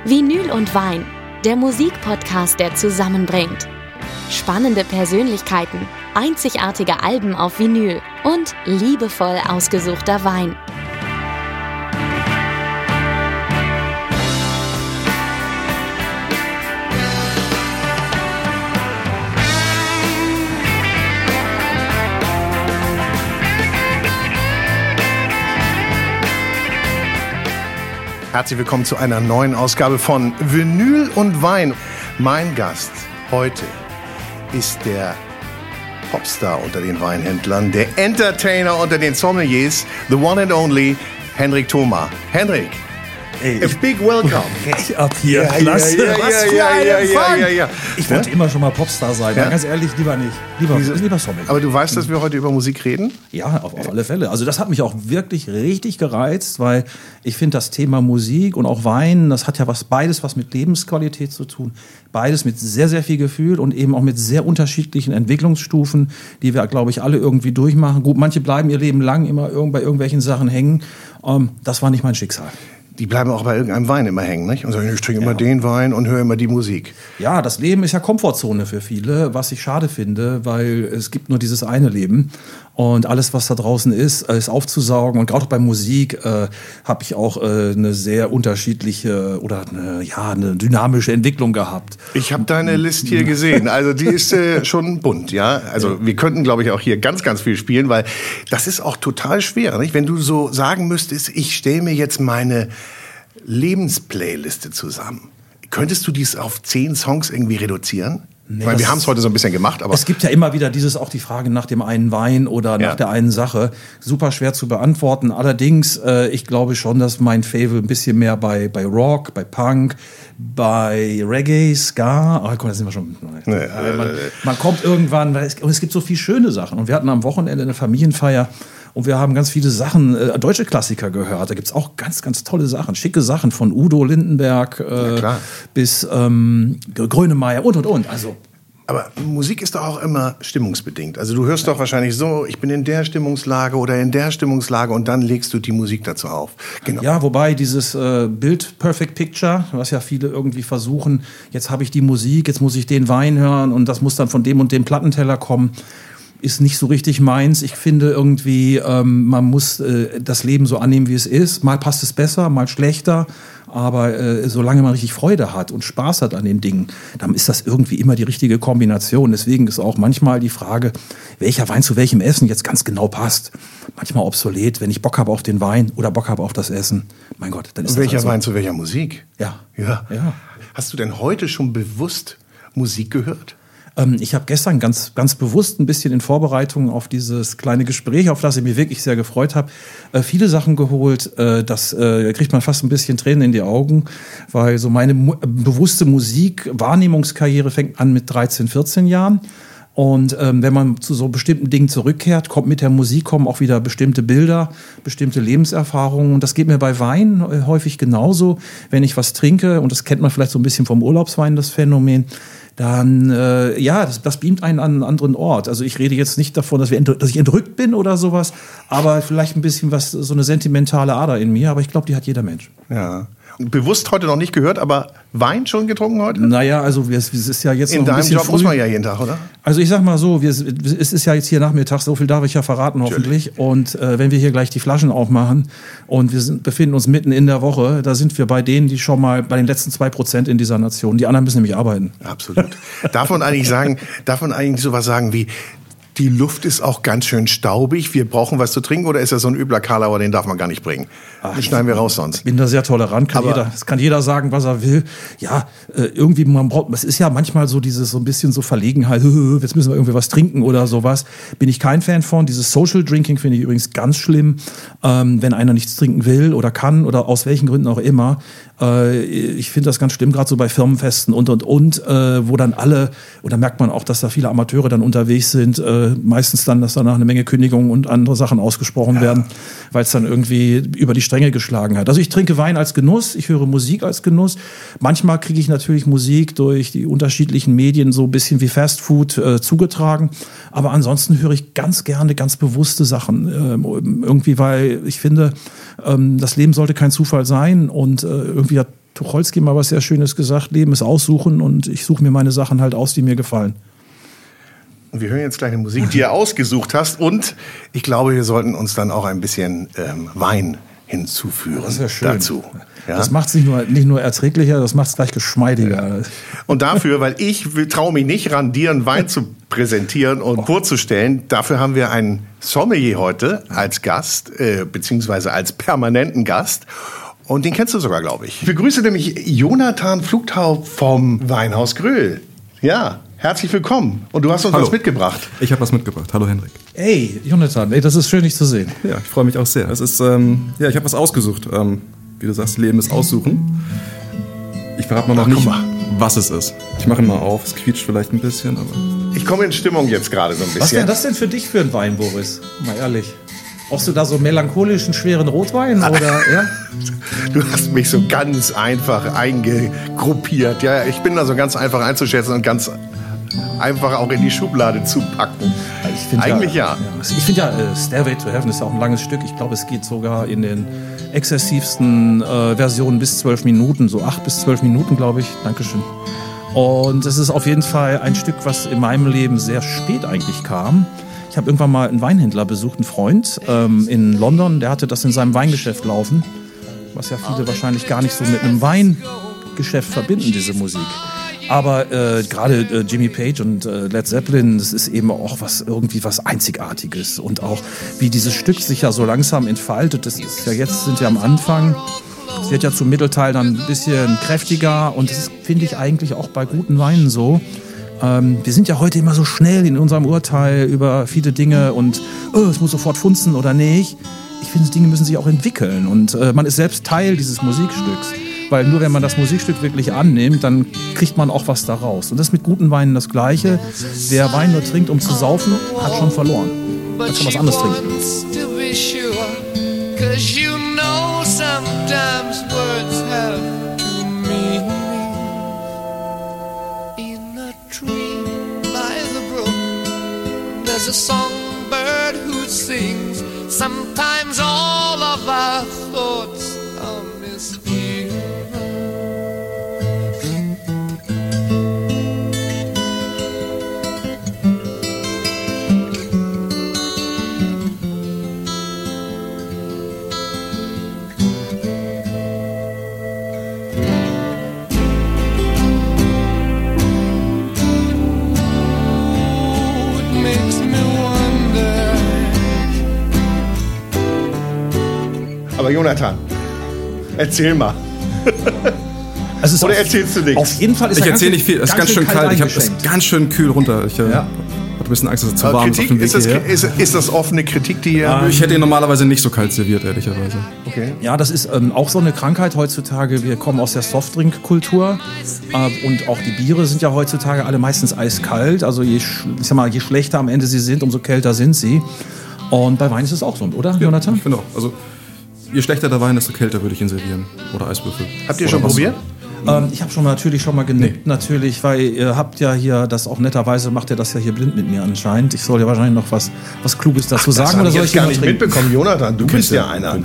Vinyl und Wein, der Musikpodcast, der zusammenbringt. Spannende Persönlichkeiten, einzigartige Alben auf Vinyl und liebevoll ausgesuchter Wein. Herzlich willkommen zu einer neuen Ausgabe von Vinyl und Wein. Mein Gast heute ist der Popstar unter den Weinhändlern, der Entertainer unter den Sommeliers, the one and only Henrik Thoma. Henrik, a big welcome. Ab hier, klasse. Was für ein Empfang. Ich wollte immer schon mal Popstar sein. Ja? Ganz ehrlich, lieber nicht. Lieber Sommelier. Aber du weißt, dass wir heute über Musik reden? Ja, auf alle Fälle. Also das hat mich auch wirklich richtig gereizt, weil ich finde, das Thema Musik und auch Wein, das hat ja beides was mit Lebensqualität zu tun. Beides mit sehr, sehr viel Gefühl und eben auch mit sehr unterschiedlichen Entwicklungsstufen, die wir, glaube ich, alle irgendwie durchmachen. Gut, manche bleiben ihr Leben lang immer bei irgendwelchen Sachen hängen. Das war nicht mein Schicksal. Die bleiben auch bei irgendeinem Wein immer hängen, nicht? Und sagen, ich trinke immer den Wein und höre immer die Musik. Ja, das Leben ist ja Komfortzone für viele, was ich schade finde, weil es gibt nur dieses eine Leben. Und alles, was da draußen ist aufzusaugen. Und gerade auch bei Musik habe ich auch eine sehr unterschiedliche oder eine dynamische Entwicklung gehabt. Ich habe deine Liste hier gesehen. Also die ist schon bunt, ja. Also wir könnten, glaube ich, auch hier ganz, ganz viel spielen, weil das ist auch total schwer, nicht? Wenn du so sagen müsstest, ich stelle mir jetzt meine Lebensplayliste zusammen. Könntest du dies auf 10 Songs irgendwie reduzieren? Nee, ich meine, wir haben es heute so ein bisschen gemacht, aber... Es gibt ja immer wieder auch die Frage nach dem einen Wein oder nach der einen Sache. Super schwer zu beantworten. Allerdings, ich glaube schon, dass mein Favorit ein bisschen mehr bei Rock, bei Punk, bei Reggae, Ska... Ach komm, da sind wir schon... Man kommt irgendwann... Und es gibt so viele schöne Sachen. Und wir hatten am Wochenende eine Familienfeier. Und wir haben ganz viele Sachen, deutsche Klassiker gehört. Da gibt's auch ganz, ganz tolle Sachen, schicke Sachen von Udo Lindenberg bis Grönemeyer und. Also. Aber Musik ist doch auch immer stimmungsbedingt. Also du hörst doch wahrscheinlich so, ich bin in der Stimmungslage oder in der Stimmungslage und dann legst du die Musik dazu auf. Genau. Ja, wobei dieses Bild Perfect Picture, was ja viele irgendwie versuchen, jetzt habe ich die Musik, jetzt muss ich den Wein hören und das muss dann von dem und dem Plattenteller kommen, ist nicht so richtig meins. Ich finde irgendwie, man muss das Leben so annehmen, wie es ist. Mal passt es besser, mal schlechter. Aber solange man richtig Freude hat und Spaß hat an den Dingen, dann ist das irgendwie immer die richtige Kombination. Deswegen ist auch manchmal die Frage, welcher Wein zu welchem Essen jetzt ganz genau passt. Manchmal obsolet, wenn ich Bock habe auf den Wein oder Bock habe auf das Essen. Mein Gott, dann ist und welcher Wein zu welcher Musik? Ja. Hast du denn heute schon bewusst Musik gehört? Ich habe gestern ganz, ganz bewusst ein bisschen in Vorbereitung auf dieses kleine Gespräch, auf das ich mich wirklich sehr gefreut habe, viele Sachen geholt. Das kriegt man fast ein bisschen Tränen in die Augen, weil so meine bewusste Musikwahrnehmungskarriere fängt an mit 13, 14 Jahren. Und wenn man zu so bestimmten Dingen zurückkehrt, kommt mit der Musik auch wieder bestimmte Bilder, bestimmte Lebenserfahrungen. Und das geht mir bei Wein häufig genauso. Wenn ich was trinke, und das kennt man vielleicht so ein bisschen vom Urlaubswein, das Phänomen, dann, das beamt einen an einen anderen Ort. Also ich rede jetzt nicht davon, dass ich entrückt bin oder sowas, aber vielleicht ein bisschen so eine sentimentale Ader in mir, aber ich glaube, die hat jeder Mensch. Ja. Bewusst heute noch nicht gehört, aber Wein schon getrunken heute? Naja, also es ist ja jetzt in noch ein bisschen deinem Job früh. muss man ja jeden Tag, oder? Also ich sag mal so, es ist ja jetzt hier Nachmittag, so viel darf ich ja verraten hoffentlich. Natürlich. Und wenn wir hier gleich die Flaschen aufmachen und befinden uns mitten in der Woche, da sind wir bei denen, die schon mal bei den letzten 2% in dieser Nation. Die anderen müssen nämlich arbeiten. Absolut. Darf man eigentlich sowas sagen wie, die Luft ist auch ganz schön staubig, wir brauchen was zu trinken, oder ist das so ein übler Karlauer, den darf man gar nicht bringen? Den schneiden wir raus sonst. Ich bin da sehr tolerant, es kann jeder sagen, was er will. Ja, irgendwie, es ist ja manchmal so so ein bisschen so Verlegenheit, jetzt müssen wir irgendwie was trinken oder sowas. Bin ich kein Fan von. Dieses Social Drinking finde ich übrigens ganz schlimm, wenn einer nichts trinken will oder kann oder aus welchen Gründen auch immer. Ich finde das ganz schlimm, gerade so bei Firmenfesten und, wo dann oder merkt man auch, dass da viele Amateure dann unterwegs sind, meistens dann, dass danach eine Menge Kündigungen und andere Sachen ausgesprochen werden, weil es dann irgendwie über die Stränge geschlagen hat. Also ich trinke Wein als Genuss, ich höre Musik als Genuss. Manchmal kriege ich natürlich Musik durch die unterschiedlichen Medien so ein bisschen wie Fast Food zugetragen, aber ansonsten höre ich ganz gerne ganz bewusste Sachen, irgendwie, weil ich finde, das Leben sollte kein Zufall sein und irgendwie Tucholsky mal was sehr Schönes gesagt, Leben ist aussuchen und ich suche mir meine Sachen halt aus, die mir gefallen. Und wir hören jetzt gleich eine Musik, die du ausgesucht hast und ich glaube, wir sollten uns dann auch ein bisschen Wein hinzuführen das ist schön. Dazu. Ja? Das macht es nicht nur erträglicher, das macht es gleich geschmeidiger. Ja. Und dafür, weil ich traue mich nicht ran, dir einen Wein zu präsentieren und vorzustellen, dafür haben wir einen Sommelier heute als Gast, beziehungsweise als permanenten Gast. Und den kennst du sogar, glaube ich. Ich begrüße nämlich Jonathan Flugthaupt vom Weinhaus Gröhl. Ja, herzlich willkommen. Und du hast uns was mitgebracht. Ich habe was mitgebracht. Hallo Henrik. Hey, Jonathan, das ist schön, dich zu sehen. Ja, ich freue mich auch sehr. Es ist, ich habe was ausgesucht. Wie du sagst, Leben ist aussuchen. Ich verrate noch nicht, was es ist. Ich mache ihn mal auf. Es quietscht vielleicht ein bisschen, aber... Ich komme in Stimmung jetzt gerade so ein bisschen. Was wäre das denn für dich für ein Wein, Boris? Mal ehrlich. Brauchst du da so melancholischen, schweren Rotwein? Oder, ja? Du hast mich so ganz einfach eingegruppiert. Ja, ich bin da so ganz einfach einzuschätzen und ganz einfach auch in die Schublade zu packen. Eigentlich ja. Ich finde ja, Stairway to Heaven ist ja auch ein langes Stück. Ich glaube, es geht sogar in den exzessivsten Versionen bis 12 Minuten. So 8 bis 12 Minuten, glaube ich. Dankeschön. Und es ist auf jeden Fall ein Stück, was in meinem Leben sehr spät eigentlich kam. Ich habe irgendwann mal einen Weinhändler besucht, einen Freund in London. Der hatte das in seinem Weingeschäft laufen. Was ja viele wahrscheinlich gar nicht so mit einem Weingeschäft verbinden, diese Musik. Aber gerade Jimmy Page und Led Zeppelin, das ist eben auch irgendwie was Einzigartiges. Und auch wie dieses Stück sich ja so langsam entfaltet. Das ist ja jetzt, sind wir am Anfang. Es wird ja zum Mittelteil dann ein bisschen kräftiger. Und das finde ich eigentlich auch bei guten Weinen so. Wir sind ja heute immer so schnell in unserem Urteil über viele Dinge und es muss sofort funzen oder nicht. Ich finde, Dinge müssen sich auch entwickeln und man ist selbst Teil dieses Musikstücks. Weil nur wenn man das Musikstück wirklich annimmt, dann kriegt man auch was daraus. Und das ist mit guten Weinen das Gleiche. Wer Wein nur trinkt, um zu saufen, hat schon verloren. Man kann was anderes trinken. There's a songbird who sings. Sometimes all of our thoughts are misgiven. Aber Jonathan, erzähl mal. Oder erzählst du nichts? Auf jeden Fall ist ich erzähle nicht viel. Es ist ganz schön kalt. Ich habe es ganz schön kühl runter. Ich hatte ein bisschen Angst, dass es zu warm ist auf dem Weg hierher. Ist das offene Kritik, die hier... Ich hätte ihn normalerweise nicht so kalt serviert, ehrlicherweise. Okay. Ja, das ist auch so eine Krankheit heutzutage. Wir kommen aus der Softdrink-Kultur und auch die Biere sind ja heutzutage alle meistens eiskalt. Also je schlechter am Ende sie sind, umso kälter sind sie. Und bei Wein ist es auch so, oder, Jonathan? Ich finde auch. Also je schlechter der Wein, desto kälter würde ich ihn servieren. Oder Eiswürfel. Habt ihr schon probiert? Ich habe natürlich schon mal genippt, natürlich, weil ihr habt ja hier das auch netterweise, macht ihr das ja hier blind mit mir anscheinend. Ich soll ja wahrscheinlich noch was Kluges dazu sagen. Oder soll ich gar nicht mitbekommen, Jonathan? Du bist ja einer.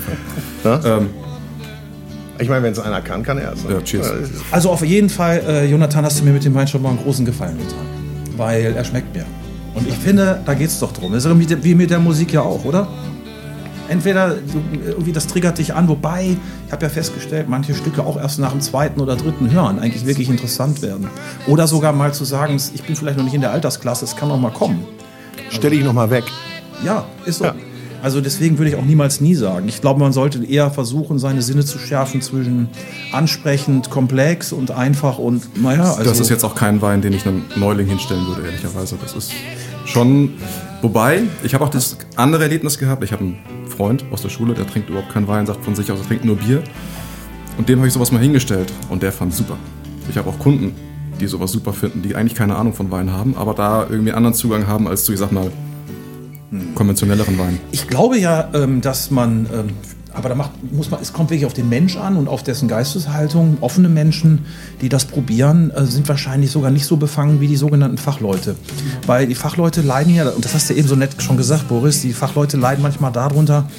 Ich meine, wenn es einer kann, kann er es. Ja, cheers. Also auf jeden Fall, Jonathan, hast du mir mit dem Wein schon mal einen großen Gefallen getan. Weil er schmeckt mir. Und ich finde, da geht es doch drum. Das ist wie mit der Musik ja auch, oder? Entweder irgendwie das triggert dich an, wobei, ich habe ja festgestellt, manche Stücke auch erst nach dem zweiten oder dritten Hören eigentlich wirklich interessant werden. Oder sogar mal zu sagen, ich bin vielleicht noch nicht in der Altersklasse, es kann noch mal kommen. Stell dich noch mal weg. Ja, ist so. Ja. Also deswegen würde ich auch niemals nie sagen. Ich glaube, man sollte eher versuchen, seine Sinne zu schärfen zwischen ansprechend, komplex und einfach und naja. Also das ist jetzt auch kein Wein, den ich einem Neuling hinstellen würde, ehrlicherweise. Das ist schon... Wobei, ich habe auch das andere Erlebnis gehabt. Ich habe einen Freund aus der Schule, der trinkt überhaupt keinen Wein, sagt von sich aus, er trinkt nur Bier. Und dem habe ich sowas mal hingestellt und der fand es super. Ich habe auch Kunden, die sowas super finden, die eigentlich keine Ahnung von Wein haben, aber da irgendwie einen anderen Zugang haben als zu, ich sag mal, konventionelleren Wein. Ich glaube ja, dass man... Aber es kommt wirklich auf den Mensch an und auf dessen Geisteshaltung. Offene Menschen, die das probieren, sind wahrscheinlich sogar nicht so befangen wie die sogenannten Fachleute. Weil die Fachleute leiden ja, und das hast du eben so nett schon gesagt, Boris, die Fachleute leiden manchmal darunter, dass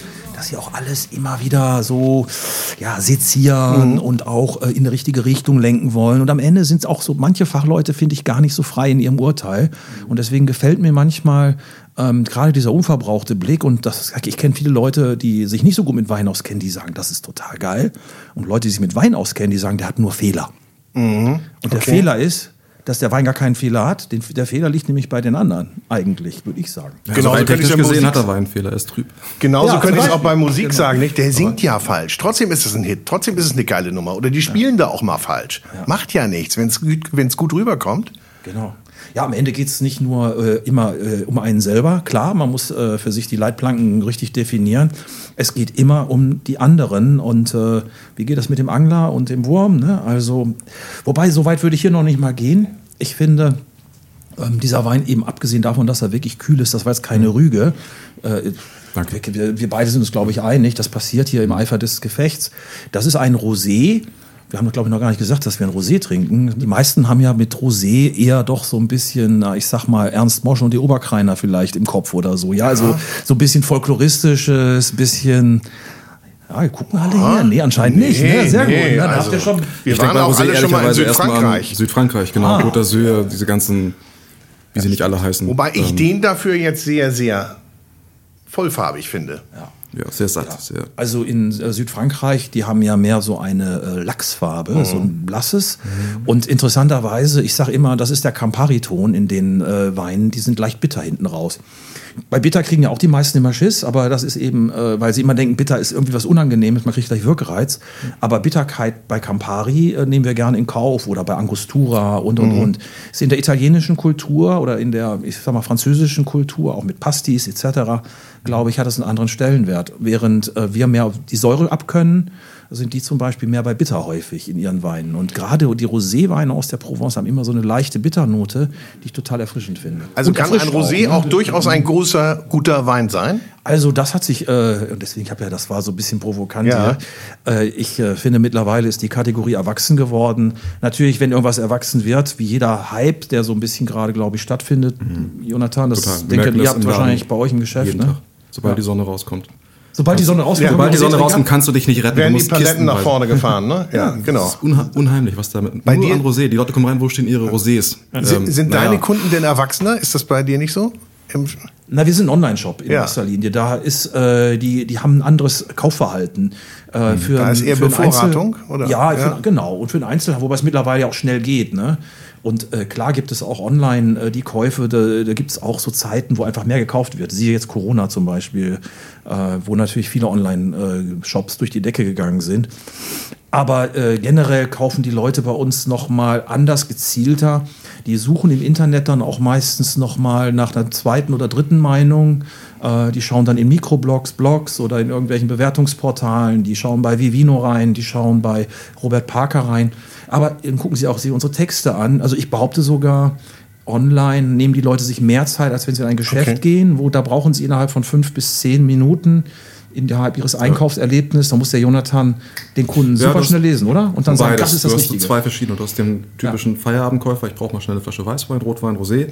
dass sie auch alles immer wieder so sezieren und auch in eine richtige Richtung lenken wollen. Und am Ende sind es auch so, manche Fachleute finde ich gar nicht so frei in ihrem Urteil. Und deswegen gefällt mir manchmal gerade dieser unverbrauchte Blick. Und ich kenne viele Leute, die sich nicht so gut mit Wein auskennen, die sagen, das ist total geil. Und Leute, die sich mit Wein auskennen, die sagen, der hat nur Fehler. Und der Fehler ist, dass der Wein gar keinen Fehler hat. Der Fehler liegt nämlich bei den anderen, eigentlich, würde ich sagen. Ja, genau, so technisch gesehen hat der Wein einen Fehler, er ist trüb. Genauso könnte ich es auch bei Musik sagen, nicht? Der singt ja falsch. Trotzdem ist es ein Hit, trotzdem ist es eine geile Nummer. Oder die spielen da auch mal falsch. Ja. Macht ja nichts, wenn es gut rüberkommt. Genau. Ja, am Ende geht es nicht nur immer um einen selber. Klar, man muss für sich die Leitplanken richtig definieren. Es geht immer um die anderen. Und wie geht das mit dem Angler und dem Wurm? Ne? Also, wobei, so weit würde ich hier noch nicht mal gehen. Ich finde, dieser Wein, eben abgesehen davon, dass er wirklich kühl ist, das war jetzt keine Rüge. Danke. Wir beide sind uns, glaube ich, einig. Das passiert hier im Eifer des Gefechts. Das ist ein Rosé. Wir haben, glaube ich, noch gar nicht gesagt, dass wir ein Rosé trinken. Die meisten haben ja mit Rosé eher doch so ein bisschen, ich sag mal, Ernst Mosch und die Oberkreiner vielleicht im Kopf oder so. Ja, also so ein bisschen folkloristisches, bisschen... Ja, wir gucken alle her. Nee, anscheinend nicht. Ne? Sehr gut. Ne? Also, habt ihr schon, wir waren auch alle schon mal in Südfrankreich. Südfrankreich, genau. Côte d'Azur, diese ganzen, wie sie nicht alle heißen. Wobei ich den dafür jetzt sehr, sehr vollfarbig finde. Ja, sehr satt. Sehr. Also in Südfrankreich, die haben ja mehr so eine Lachsfarbe, so ein blasses. Und interessanterweise, ich sage immer, das ist der Campari-Ton in den Weinen, die sind leicht bitter hinten raus. Bei bitter kriegen ja auch die meisten immer Schiss, aber das ist eben, weil sie immer denken, bitter ist irgendwie was Unangenehmes, man kriegt gleich Wirkreiz. Aber Bitterkeit bei Campari nehmen wir gerne in Kauf oder bei Angostura und. Ist in der italienischen Kultur oder in der, ich sag mal, französischen Kultur, auch mit Pastis etc., glaube ich, hat das einen anderen Stellenwert. Während wir mehr die Säure abkönnen, sind die zum Beispiel mehr bei Bitter häufig in ihren Weinen. Und gerade die Roséweine aus der Provence haben immer so eine leichte Bitternote, die ich total erfrischend finde. Also kann ein Rosé auch durchaus ein großer, guter Wein sein? Also das hat sich, und deswegen das war so ein bisschen provokant hier. Ich finde, mittlerweile ist die Kategorie erwachsen geworden. Natürlich, wenn irgendwas erwachsen wird, wie jeder Hype, der so ein bisschen gerade, glaube ich, stattfindet. Jonathan, das denke ich, ihr habt wahrscheinlich bei euch im Geschäft, ne? Sobald die Sonne rauskommt. Sobald die Sonne rauskommt, kannst du dich nicht retten. Werden die Paletten nach vorne gefahren, ne? Ja, genau. Das ist unheimlich, was da mit bei dir an Rosé. Die Leute kommen rein, wo stehen ihre Rosés? Sind deine Kunden denn Erwachsener? Ist das bei dir nicht so? Na, wir sind ein Online-Shop in erster Linie. Da ist, die haben ein anderes Kaufverhalten. Da ist eher Bevorratung, oder? Ja, genau. Und für den Einzelhandel, wobei es mittlerweile ja auch schnell geht, ne? Und klar gibt es auch online die Käufe, da gibt es auch so Zeiten, wo einfach mehr gekauft wird. Siehe jetzt Corona zum Beispiel, wo natürlich viele Online-Shops durch die Decke gegangen sind. Aber generell kaufen die Leute bei uns nochmal anders, gezielter. Die suchen im Internet dann auch meistens nochmal nach einer zweiten oder dritten Meinung. Die schauen dann in Mikroblogs, Blogs oder in irgendwelchen Bewertungsportalen. Die schauen bei Vivino rein, die schauen bei Robert Parker rein. Aber dann gucken sie auch unsere Texte an. Also ich behaupte sogar, online nehmen die Leute sich mehr Zeit, als wenn sie in ein Geschäft gehen. Da brauchen sie innerhalb von 5 bis 10 Minuten innerhalb ihres Einkaufserlebnisses. Da muss der Jonathan den Kunden super schnell lesen, oder? Und dann sagen, das ist das Richtige. Du hast zwei verschiedene. Du hast den typischen Feierabendkäufer, ich brauche mal schnell eine Flasche Weißwein, Rotwein, Rosé.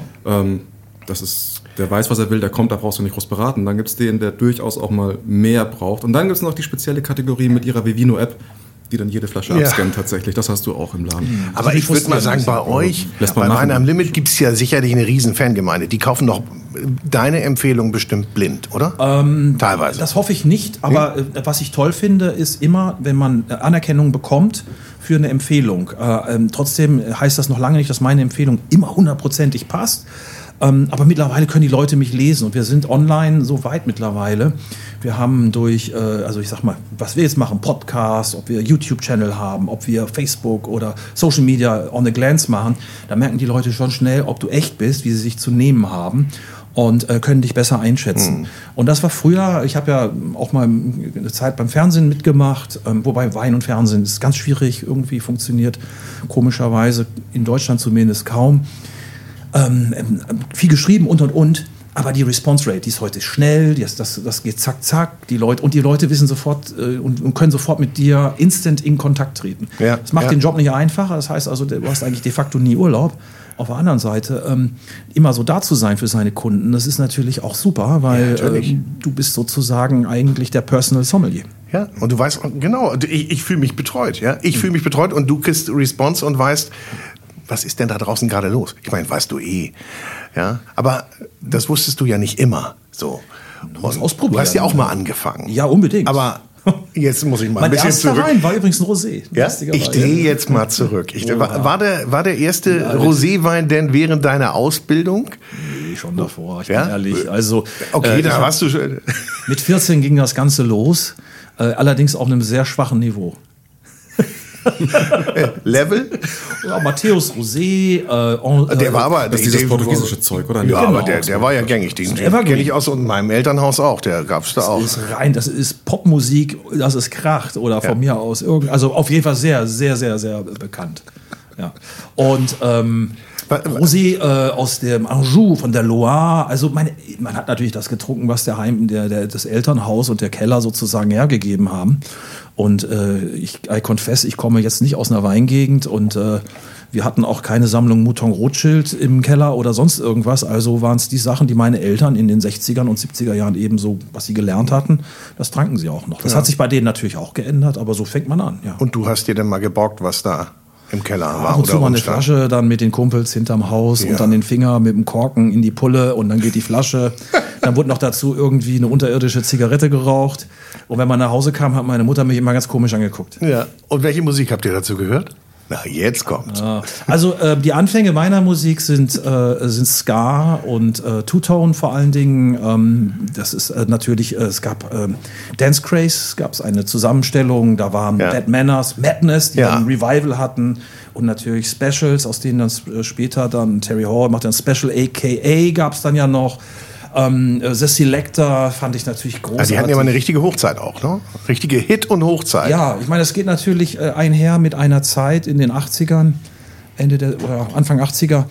Das ist, der weiß, was er will, der kommt, da brauchst du nicht groß beraten. Dann gibt es den, der durchaus auch mal mehr braucht. Und dann gibt es noch die spezielle Kategorie mit ihrer Vivino-App, die dann jede Flasche abscannt tatsächlich. Das hast du auch im Laden. Aber also ich würde mal sagen, bei euch, bei Wein am Limit gibt es ja sicherlich eine riesen Fangemeinde. Die kaufen doch deine Empfehlung bestimmt blind, oder? Teilweise. Das hoffe ich nicht. Aber was ich toll finde, ist immer, wenn man Anerkennung bekommt für eine Empfehlung. Trotzdem heißt das noch lange nicht, dass meine Empfehlung immer 100%ig passt. Aber mittlerweile können die Leute mich lesen und wir sind online so weit mittlerweile. Wir haben durch, also ich sag mal, was wir jetzt machen, Podcasts, ob wir YouTube-Channel haben, ob wir Facebook oder Social Media on a glance machen, da merken die Leute schon schnell, ob du echt bist, wie sie sich zu nehmen haben und können dich besser einschätzen. Und das war früher, ich habe ja auch mal eine Zeit beim Fernsehen mitgemacht, wobei Wein und Fernsehen ist ganz schwierig, irgendwie funktioniert komischerweise, in Deutschland zumindest kaum. Viel geschrieben und. Aber die Response Rate, die ist heute schnell, das geht zack, zack. Die Leute wissen sofort und können sofort mit dir instant in Kontakt treten. Das macht den Job nicht einfacher. Das heißt also, du hast eigentlich de facto nie Urlaub. auf der anderen Seite immer so da zu sein für seine Kunden, das ist natürlich auch super, weil du bist sozusagen eigentlich der Personal Sommelier. Ja, und du weißt, genau, ich fühle mich betreut. Ja? Ich fühle mich betreut und du kriegst Response und weißt, was ist denn da draußen gerade los? Ich meine, weißt du eh. Ja? Aber das wusstest du ja nicht immer. So. Du hast ja auch mal angefangen. Ja, unbedingt. Aber jetzt muss ich mal ein mein bisschen erster zurück. Wein war übrigens ein Rosé. Ja? Ich drehe jetzt mal zurück. War der erste Roséwein denn während deiner Ausbildung? Nee, schon davor, ich bin ehrlich. Also, okay, da warst du schon. Mit 14 ging das Ganze los, allerdings auf einem sehr schwachen Niveau. Level? Ja, Matthäus Rosé. Der war aber... Das ist dieses portugiesische Zeug, oder? Ja, genau, aber der war ja gängig. Den kenne ich aus meinem Elternhaus auch. Der gab's da auch. Das ist Popmusik, das ist Kracht oder von mir aus also auf jeden Fall sehr, sehr, sehr, sehr bekannt. Ja. Und Rosé aus dem Anjou, von der Loire. Also man hat natürlich das getrunken, was das Elternhaus und der Keller sozusagen hergegeben haben. Und I confess, ich komme jetzt nicht aus einer Weingegend und wir hatten auch keine Sammlung Mouton Rothschild im Keller oder sonst irgendwas. Also waren es die Sachen, die meine Eltern in den 60er und 70er Jahren eben so, was sie gelernt hatten, das tranken sie auch noch. Das hat sich bei denen natürlich auch geändert, aber so fängt man an. Ja. Und du hast dir denn mal geborgt, was da im Keller war? Und so mal eine Flasche dann mit den Kumpels hinterm Haus und dann den Finger mit dem Korken in die Pulle und dann geht die Flasche. Dann wurde noch dazu irgendwie eine unterirdische Zigarette geraucht. Und wenn man nach Hause kam, hat meine Mutter mich immer ganz komisch angeguckt. Ja. Und welche Musik habt ihr dazu gehört? Na, jetzt kommt's. Ja. Also die Anfänge meiner Musik sind Ska und Two-Tone vor allen Dingen. Das ist natürlich, es gab Dance Craze, gab es eine Zusammenstellung, da waren Dead Manners, Madness, die dann ein Revival hatten und natürlich Specials, aus denen dann später dann Terry Hall macht ein Special, a.k.a. gab es dann ja noch. The Selector fand ich natürlich großartig. Also die hatten ja mal eine richtige Hochzeit auch, ne? Richtige Hit- und Hochzeit. Ja, ich meine, das geht natürlich einher mit einer Zeit in den 80ern, Anfang 80er,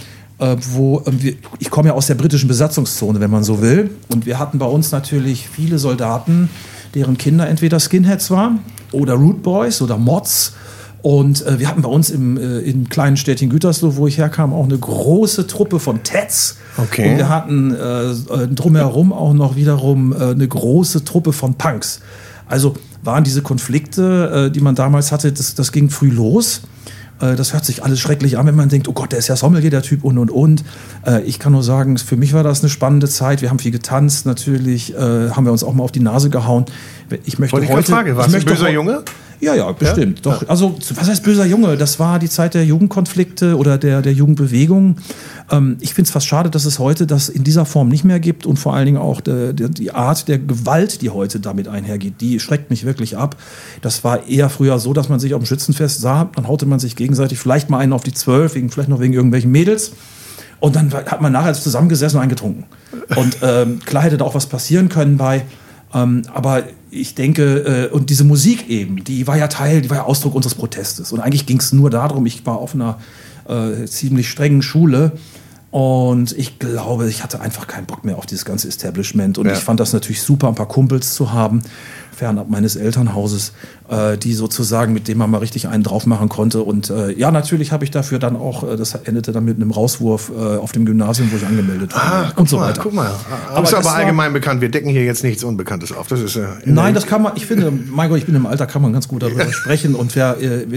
ich komme ja aus der britischen Besatzungszone, wenn man so will. Und wir hatten bei uns natürlich viele Soldaten, deren Kinder entweder Skinheads waren oder Root Boys oder Mods. Und wir hatten bei uns im kleinen Städtchen Gütersloh, wo ich herkam, auch eine große Truppe von Teds. Okay. Und wir hatten drumherum auch noch wiederum eine große Truppe von Punks. Also waren diese Konflikte, die man damals hatte, das ging früh los. Das hört sich alles schrecklich an, wenn man denkt, oh Gott, der ist ja Sommelier, der Typ und. Ich kann nur sagen, für mich war das eine spannende Zeit. Wir haben viel getanzt, natürlich haben wir uns auch mal auf die Nase gehauen. Ich möchte heute... Warst du ein böser Junge? Ja, bestimmt. Ja? Doch. Also, was heißt böser Junge? Das war die Zeit der Jugendkonflikte oder der Jugendbewegung. Ich finde es fast schade, dass es heute das in dieser Form nicht mehr gibt und vor allen Dingen auch die Art der Gewalt, die heute damit einhergeht, die schreckt mich wirklich ab. Das war eher früher so, dass man sich auf dem Schützenfest sah, dann haute man sich gegenseitig vielleicht mal einen auf die 12, vielleicht noch wegen irgendwelchen Mädels. Und dann hat man nachher zusammengesessen und eingetrunken. Und klar hätte da auch was passieren können bei. Aber ich denke, und diese Musik eben, die war ja Ausdruck unseres Protestes. Und eigentlich ging es nur darum, ich war auf einer ziemlich strengen Schule und ich glaube, ich hatte einfach keinen Bock mehr auf dieses ganze Establishment. Und ich fand das natürlich super, ein paar Kumpels zu haben, fernab meines Elternhauses, die sozusagen, mit dem man mal richtig einen drauf machen konnte. Und natürlich habe ich dafür dann auch, das endete dann mit einem Rauswurf auf dem Gymnasium, wo ich angemeldet war. Und so weiter. Guck mal. Aber ist aber allgemein bekannt. Wir decken hier jetzt nichts Unbekanntes auf. Das ist Nein, das kann man, ich finde, mein Gott, ich bin im Alter, kann man ganz gut darüber sprechen. Und wer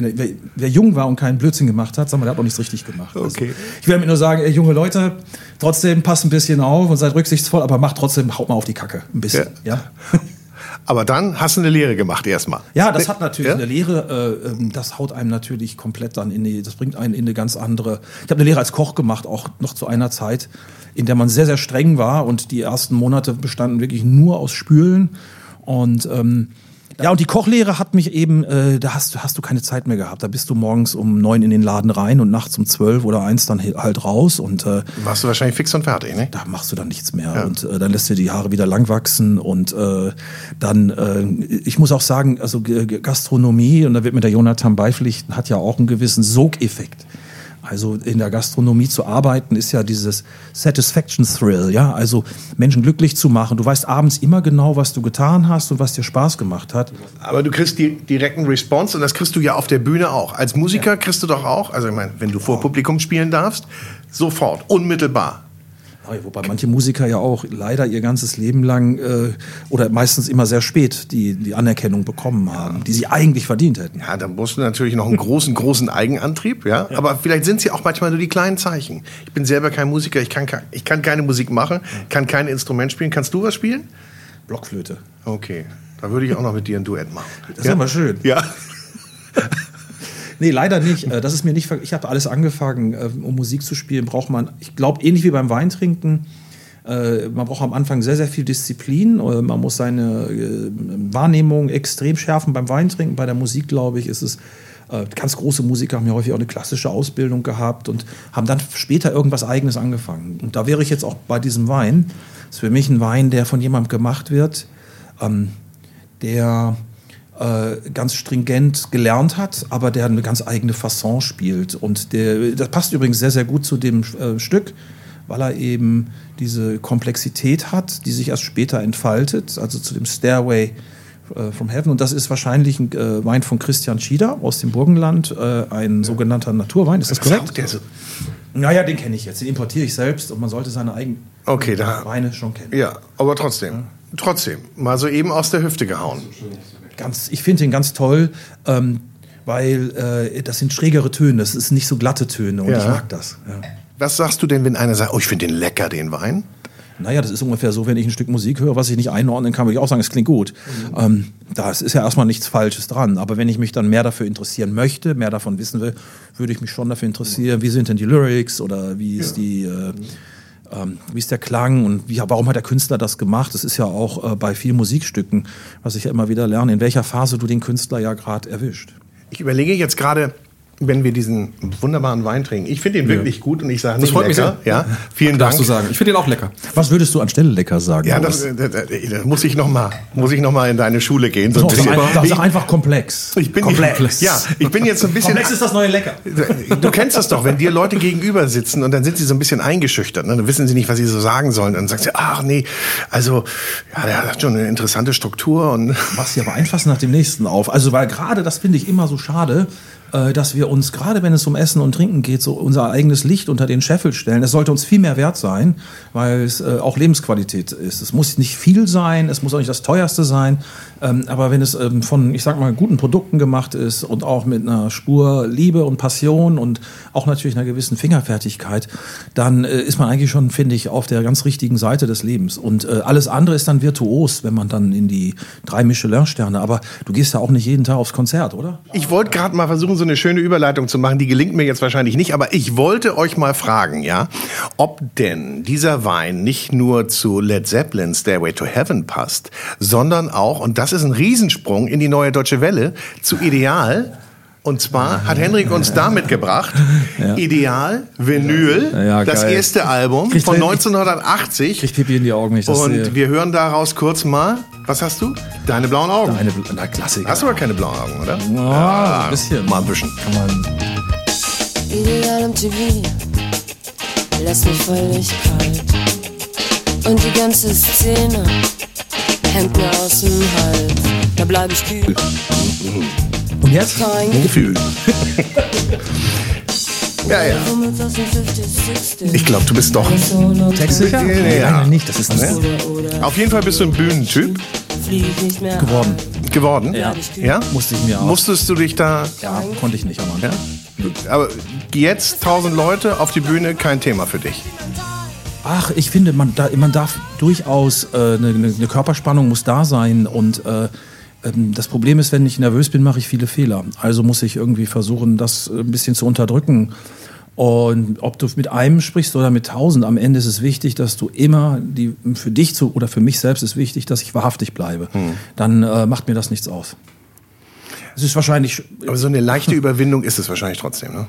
jung war und keinen Blödsinn gemacht hat, sagen wir, der hat auch nichts richtig gemacht. Okay. Also, ich werde mir nur sagen, junge Leute, trotzdem passt ein bisschen auf und seid rücksichtsvoll, aber macht trotzdem, haut mal auf die Kacke. Ein bisschen, ja. Aber dann hast du eine Lehre gemacht erstmal. Ja, das hat natürlich eine Lehre, das haut einem natürlich komplett dann das bringt einen in eine ganz andere. Ich habe eine Lehre als Koch gemacht, auch noch zu einer Zeit, in der man sehr, sehr streng war und die ersten Monate bestanden wirklich nur aus Spülen. Und und die Kochlehre hat mich eben, da hast du keine Zeit mehr gehabt. Da bist du morgens um 9 in den Laden rein und nachts um 12 oder 1 dann halt raus. Und warst du wahrscheinlich fix und fertig, ne? Da machst du dann nichts mehr. Ja. Und dann lässt dir die Haare wieder lang wachsen. Und dann, ich muss auch sagen, also Gastronomie, und da wird mir der Jonathan beipflichten, hat ja auch einen gewissen Sogeffekt. Also in der Gastronomie zu arbeiten ist ja dieses Satisfaction Thrill, ja, also Menschen glücklich zu machen. Du weißt abends immer genau, was du getan hast und was dir Spaß gemacht hat. Aber du kriegst die direkten Response und das kriegst du ja auf der Bühne auch. Als Musiker kriegst du doch auch, also ich meine, wenn du vor Publikum spielen darfst, sofort, unmittelbar. Wobei manche Musiker ja auch leider ihr ganzes Leben lang oder meistens immer sehr spät die Anerkennung bekommen haben, die sie eigentlich verdient hätten. Ja, da musst du natürlich noch einen großen Eigenantrieb, ja. Aber vielleicht sind es ja auch manchmal nur die kleinen Zeichen. Ich bin selber kein Musiker, ich kann keine Musik machen, kann kein Instrument spielen. Kannst du was spielen? Blockflöte. Okay, da würde ich auch noch mit dir ein Duett machen. Das ist ja mal schön. Ja. Nee, leider nicht. Das ist mir nicht. Ich habe alles angefangen, um Musik zu spielen, braucht man, ich glaube, ähnlich wie beim Weintrinken, man braucht am Anfang sehr, sehr viel Disziplin. Man muss seine Wahrnehmung extrem schärfen beim Weintrinken. Bei der Musik, glaube ich, ist es, ganz große Musiker haben ja häufig auch eine klassische Ausbildung gehabt und haben dann später irgendwas Eigenes angefangen. Und da wäre ich jetzt auch bei diesem Wein. Das ist für mich ein Wein, der von jemandem gemacht wird, der ganz stringent gelernt hat, aber der eine ganz eigene Fasson spielt. Und das passt übrigens sehr, sehr gut zu dem Stück, weil er eben diese Komplexität hat, die sich erst später entfaltet, also zu dem Stairway from Heaven. Und das ist wahrscheinlich ein Wein von Christian Schieder aus dem Burgenland, ein sogenannter Naturwein. Ist das korrekt? Naja, den kenne ich jetzt. Den importiere ich selbst und man sollte seine eigenen Weine schon kennen. Ja, aber trotzdem, mal so eben aus der Hüfte gehauen. Ich finde ihn ganz toll, weil das sind schrägere Töne, das ist nicht so glatte Töne und ich mag das. Ja. Was sagst du denn, wenn einer sagt, oh, ich finde den lecker, den Wein? Naja, das ist ungefähr so, wenn ich ein Stück Musik höre, was ich nicht einordnen kann, würde ich auch sagen, es klingt gut. Da ist ja erstmal nichts Falsches dran, aber wenn ich mich dann mehr dafür interessieren möchte, mehr davon wissen will, würde ich mich schon dafür interessieren, wie sind denn die Lyrics oder wie ist wie ist der Klang und warum hat der Künstler das gemacht? Das ist ja auch bei vielen Musikstücken, was ich ja immer wieder lerne, in welcher Phase du den Künstler ja gerade erwischt. Ich überlege jetzt gerade, wenn wir diesen wunderbaren Wein trinken. Ich finde ihn wirklich gut und ich sage nicht lecker. Ja, vielen Dank. Darfst du sagen. Ich finde ihn auch lecker. Was würdest du anstelle lecker sagen? Ja, das muss ich noch mal in deine Schule gehen. Das ist einfach komplex. Ich bin jetzt so ein bisschen. Komplex ist das neue Lecker. Du kennst das doch, wenn dir Leute gegenüber sitzen und dann sind sie so ein bisschen eingeschüchtert. Ne? Dann wissen sie nicht, was sie so sagen sollen. Dann sagst du, ach nee, also ja, der hat schon eine interessante Struktur und. Machst du aber einfach nach dem nächsten auf. Also weil gerade das finde ich immer so schade, dass wir uns, gerade wenn es um Essen und Trinken geht, so unser eigenes Licht unter den Scheffel stellen. Es sollte uns viel mehr wert sein, weil es auch Lebensqualität ist. Es muss nicht viel sein, es muss auch nicht das teuerste sein, aber wenn es von, ich sag mal, guten Produkten gemacht ist und auch mit einer Spur Liebe und Passion und auch natürlich einer gewissen Fingerfertigkeit, dann ist man eigentlich schon, finde ich, auf der ganz richtigen Seite des Lebens. Und alles andere ist dann virtuos, wenn man dann in die 3 Michelin-Sterne, aber du gehst ja auch nicht jeden Tag aufs Konzert, oder? Ich wollte gerade mal versuchen, so eine schöne Überleitung zu machen, die gelingt mir jetzt wahrscheinlich nicht, aber ich wollte euch mal fragen, ja, ob denn dieser Wein nicht nur zu Led Zeppelin Stairway to Heaven passt, sondern auch, und das ist ein Riesensprung in die Neue Deutsche Welle, zu Ideal. Und zwar hat Henrik uns da mitgebracht, Ideal, Vinyl, das erste Album von 1980. Kriegt Pipi in die Augen, nicht das und sehe. Wir hören daraus kurz mal, was hast du? Deine blauen Augen. Na, Klassiker. Hast du aber keine blauen Augen, oder? Ja, ein bisschen. Mal ein bisschen. Kann man. Ideal am TV, lässt mich völlig kalt. Und die ganze Szene hängt mir aus dem Hals. Da bleib ich kühl. Und jetzt? Gefühl. Ja. Ich glaube, du bist doch. Textsicher? Ja. Nein, nicht. Das ist das. Auf jeden Fall bist du ein Bühnentyp geworden. Ja? Musste ich mir auch. Musstest du dich da... Ja, konnte ich nicht am Anfang. Ja? Aber jetzt 1000 Leute auf die Bühne, kein Thema für dich. Ach, ich finde, man darf durchaus, eine Körperspannung muss da sein und das Problem ist, wenn ich nervös bin, mache ich viele Fehler. Also muss ich irgendwie versuchen, das ein bisschen zu unterdrücken. Und ob du mit einem sprichst oder mit 1000, am Ende ist es wichtig, dass du immer, für dich oder für mich selbst ist wichtig, dass ich wahrhaftig bleibe. Dann macht mir das nichts aus. Es ist wahrscheinlich... Aber so eine leichte Überwindung ist es wahrscheinlich trotzdem, ne?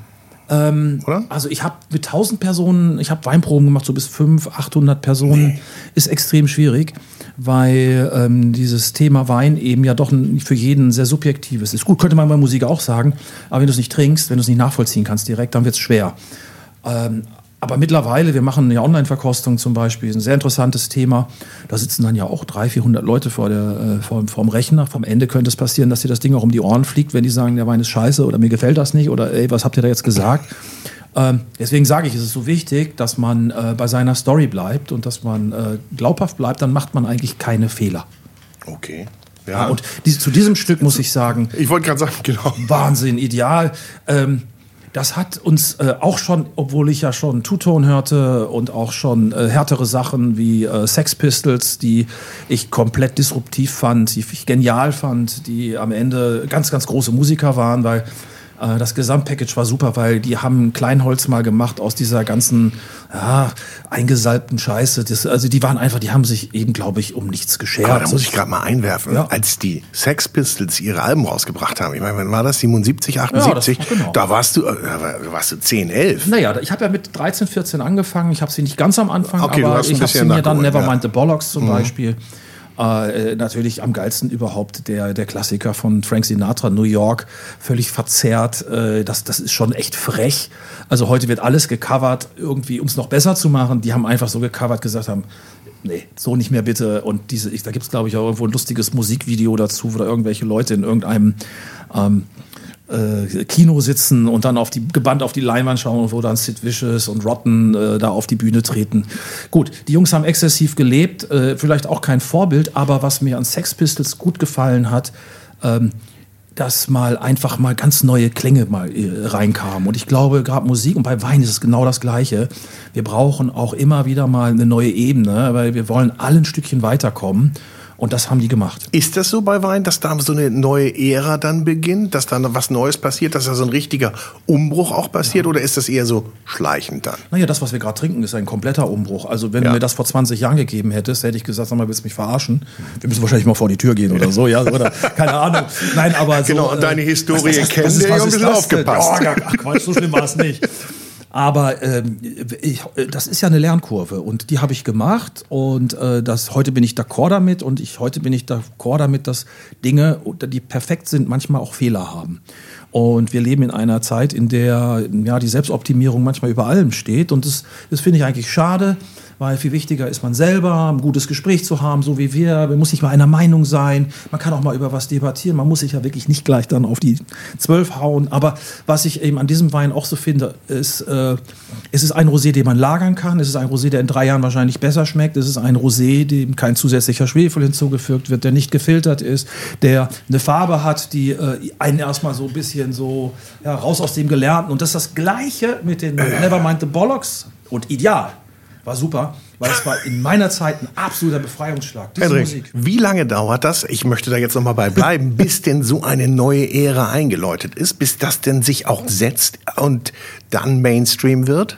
Oder? Also ich habe mit 1000 Personen, ich habe Weinproben gemacht, so bis 500, 800 Personen. Ist extrem schwierig, weil dieses Thema Wein eben ja doch für jeden sehr subjektives ist. Gut, könnte man bei Musik auch sagen, aber wenn du es nicht trinkst, wenn du es nicht nachvollziehen kannst direkt, dann wird es schwer. Aber mittlerweile, wir machen eine Online-Verkostung zum Beispiel, ist ein sehr interessantes Thema. Da sitzen dann ja auch 300, 400 Leute vorm Rechner. Vom Ende könnte es passieren, dass dir das Ding auch um die Ohren fliegt, wenn die sagen, der Wein ist scheiße oder mir gefällt das nicht oder ey, was habt ihr da jetzt gesagt? Deswegen sage ich, es ist so wichtig, dass man bei seiner Story bleibt und dass man glaubhaft bleibt, dann macht man eigentlich keine Fehler. Okay. Ja. Und zu diesem Stück muss ich sagen, ich wollte gerade sagen, genau. Wahnsinn, ideal. Das hat uns auch schon, obwohl ich ja schon Two-Tone hörte und auch schon härtere Sachen wie Sex Pistols, die ich komplett disruptiv fand, die ich genial fand, die am Ende ganz, ganz große Musiker waren, weil das Gesamtpackage war super, weil die haben Kleinholz mal gemacht aus dieser ganzen eingesalbten Scheiße. Also die haben sich eben, glaube ich, um nichts geschert. Aber da muss ich gerade mal einwerfen, als die Sex Pistols ihre Alben rausgebracht haben, ich meine, wann war das? 77, 78? Ja, genau. Da warst du 10, 11. Naja, ich habe ja mit 13, 14 angefangen. Ich habe sie nicht ganz am Anfang, okay, aber ich habe sie mir dann Nevermind the Bollocks zum Beispiel. Natürlich am geilsten überhaupt der Klassiker von Frank Sinatra, New York, völlig verzerrt. Das ist schon echt frech. Also heute wird alles gecovert, irgendwie, um es noch besser zu machen. Die haben einfach so gecovert, gesagt haben, nee, so nicht mehr bitte. Und da gibt es, glaube ich, auch irgendwo ein lustiges Musikvideo dazu, wo da irgendwelche Leute in irgendeinem Kino sitzen und dann gebannt auf die Leinwand schauen, wo dann Sid Vicious und Rotten da auf die Bühne treten. Gut, die Jungs haben exzessiv gelebt, vielleicht auch kein Vorbild, aber was mir an Sex Pistols gut gefallen hat, dass einfach mal ganz neue Klänge mal reinkamen. Und ich glaube, gerade Musik und bei Wein ist es genau das Gleiche. Wir brauchen auch immer wieder mal eine neue Ebene, weil wir wollen alle ein Stückchen weiterkommen. Und das haben die gemacht. Ist das so bei Wein, dass da so eine neue Ära dann beginnt, dass da was Neues passiert, dass da so ein richtiger Umbruch auch passiert? Ja. Oder ist das eher so schleichend dann? Naja, das, was wir gerade trinken, ist ein kompletter Umbruch. Also wenn du mir das vor 20 Jahren gegeben hättest, hätte ich gesagt, sag mal, willst du mich verarschen? Wir müssen wahrscheinlich mal vor die Tür gehen oder so, ja, oder keine Ahnung. Nein, aber so, genau, und deine Historie kennen wir, ein bisschen aufgepasst. Ach Quatsch, so schlimm war es nicht. Aber das ist ja eine Lernkurve und die habe ich gemacht und heute bin ich d'accord damit und heute bin ich d'accord damit, dass Dinge, die perfekt sind, manchmal auch Fehler haben. Und wir leben in einer Zeit, in der die Selbstoptimierung manchmal über allem steht und das finde ich eigentlich schade, weil viel wichtiger ist man selber, ein gutes Gespräch zu haben, so wie wir. Man muss nicht mal einer Meinung sein. Man kann auch mal über was debattieren. Man muss sich ja wirklich nicht gleich dann auf die 12 hauen. Aber was ich eben an diesem Wein auch so finde, ist, es ist ein Rosé, den man lagern kann. Es ist ein Rosé, der in 3 Jahren wahrscheinlich besser schmeckt. Es ist ein Rosé, dem kein zusätzlicher Schwefel hinzugefügt wird, der nicht gefiltert ist, der eine Farbe hat, die einen erstmal so ein bisschen so raus aus dem Gelernten. Und das ist das Gleiche mit den Nevermind the Bollocks und Ideal. War super, weil es war in meiner Zeit ein absoluter Befreiungsschlag. Diese Musik. Wie lange dauert das, ich möchte da jetzt noch mal bei bleiben, bis denn so eine neue Ära eingeläutet ist, bis das denn sich auch setzt und dann Mainstream wird?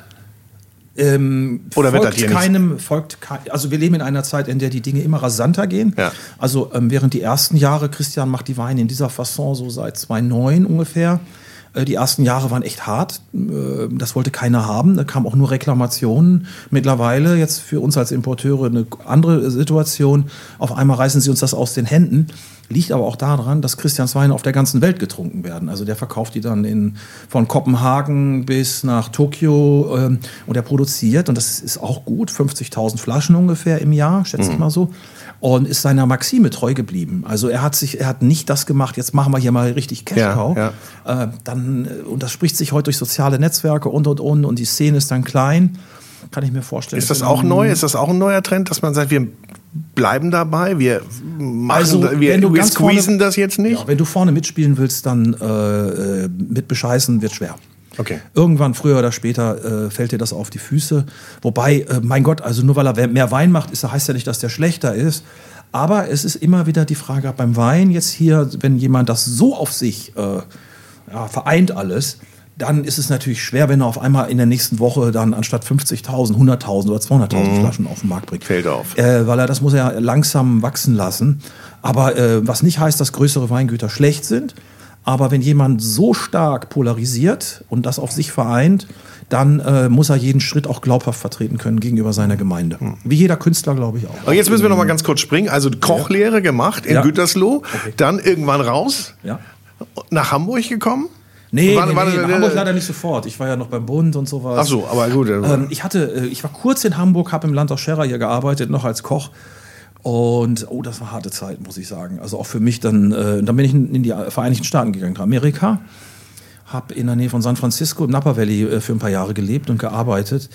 Oder wird das hier nicht? Also wir leben in einer Zeit, in der die Dinge immer rasanter gehen. Ja. Also während die ersten Jahre, Christian macht die Weine in dieser Fasson so seit 2009 ungefähr. Die ersten Jahre waren echt hart. Das wollte keiner haben. Da kamen auch nur Reklamationen. Mittlerweile jetzt für uns als Importeure eine andere Situation. Auf einmal reißen sie uns das aus den Händen. Liegt aber auch daran, dass Christians Weine auf der ganzen Welt getrunken werden. Also der verkauft die dann von Kopenhagen bis nach Tokio und er produziert, und das ist auch gut, 50.000 Flaschen ungefähr im Jahr, schätze ich mal so. Und ist seiner Maxime treu geblieben. Also er hat nicht das gemacht, jetzt machen wir hier mal richtig Cash-Cow. Ja. Und das spricht sich heute durch soziale Netzwerke und die Szene ist dann klein. Kann ich mir vorstellen. Ist das auch neu? Ist das auch ein neuer Trend, dass man sagt, wir bleiben dabei, wir squeezen das jetzt nicht? Ja, wenn du vorne mitspielen willst, dann mit bescheißen wird schwer. Okay. Irgendwann, früher oder später, fällt dir das auf die Füße. Wobei, mein Gott, also nur weil er mehr Wein macht, heißt ja nicht, dass der schlechter ist. Aber es ist immer wieder die Frage beim Wein jetzt hier, wenn jemand das so auf sich vereint alles, dann ist es natürlich schwer, wenn er auf einmal in der nächsten Woche dann anstatt 50.000, 100.000 oder 200.000 Flaschen auf den Markt bringt. Fällt auf. Weil das muss er langsam wachsen lassen. Aber was nicht heißt, dass größere Weingüter schlecht sind. Aber wenn jemand so stark polarisiert und das auf sich vereint, dann muss er jeden Schritt auch glaubhaft vertreten können gegenüber seiner Gemeinde. Wie jeder Künstler, glaube ich auch. Aber jetzt müssen wir noch mal ganz kurz springen. Also Kochlehre gemacht in Gütersloh, dann irgendwann raus, nach Hamburg gekommen? Nee, nach Hamburg leider nicht sofort. Ich war ja noch beim Bund und sowas. Ach so, aber gut. Ich war kurz in Hamburg, habe im Landhaus Scherrer hier gearbeitet, noch als Koch. Und, das war harte Zeit, muss ich sagen. Also auch für mich dann bin ich in die Vereinigten Staaten gegangen, nach Amerika. Habe in der Nähe von San Francisco im Napa Valley für ein paar Jahre gelebt und gearbeitet.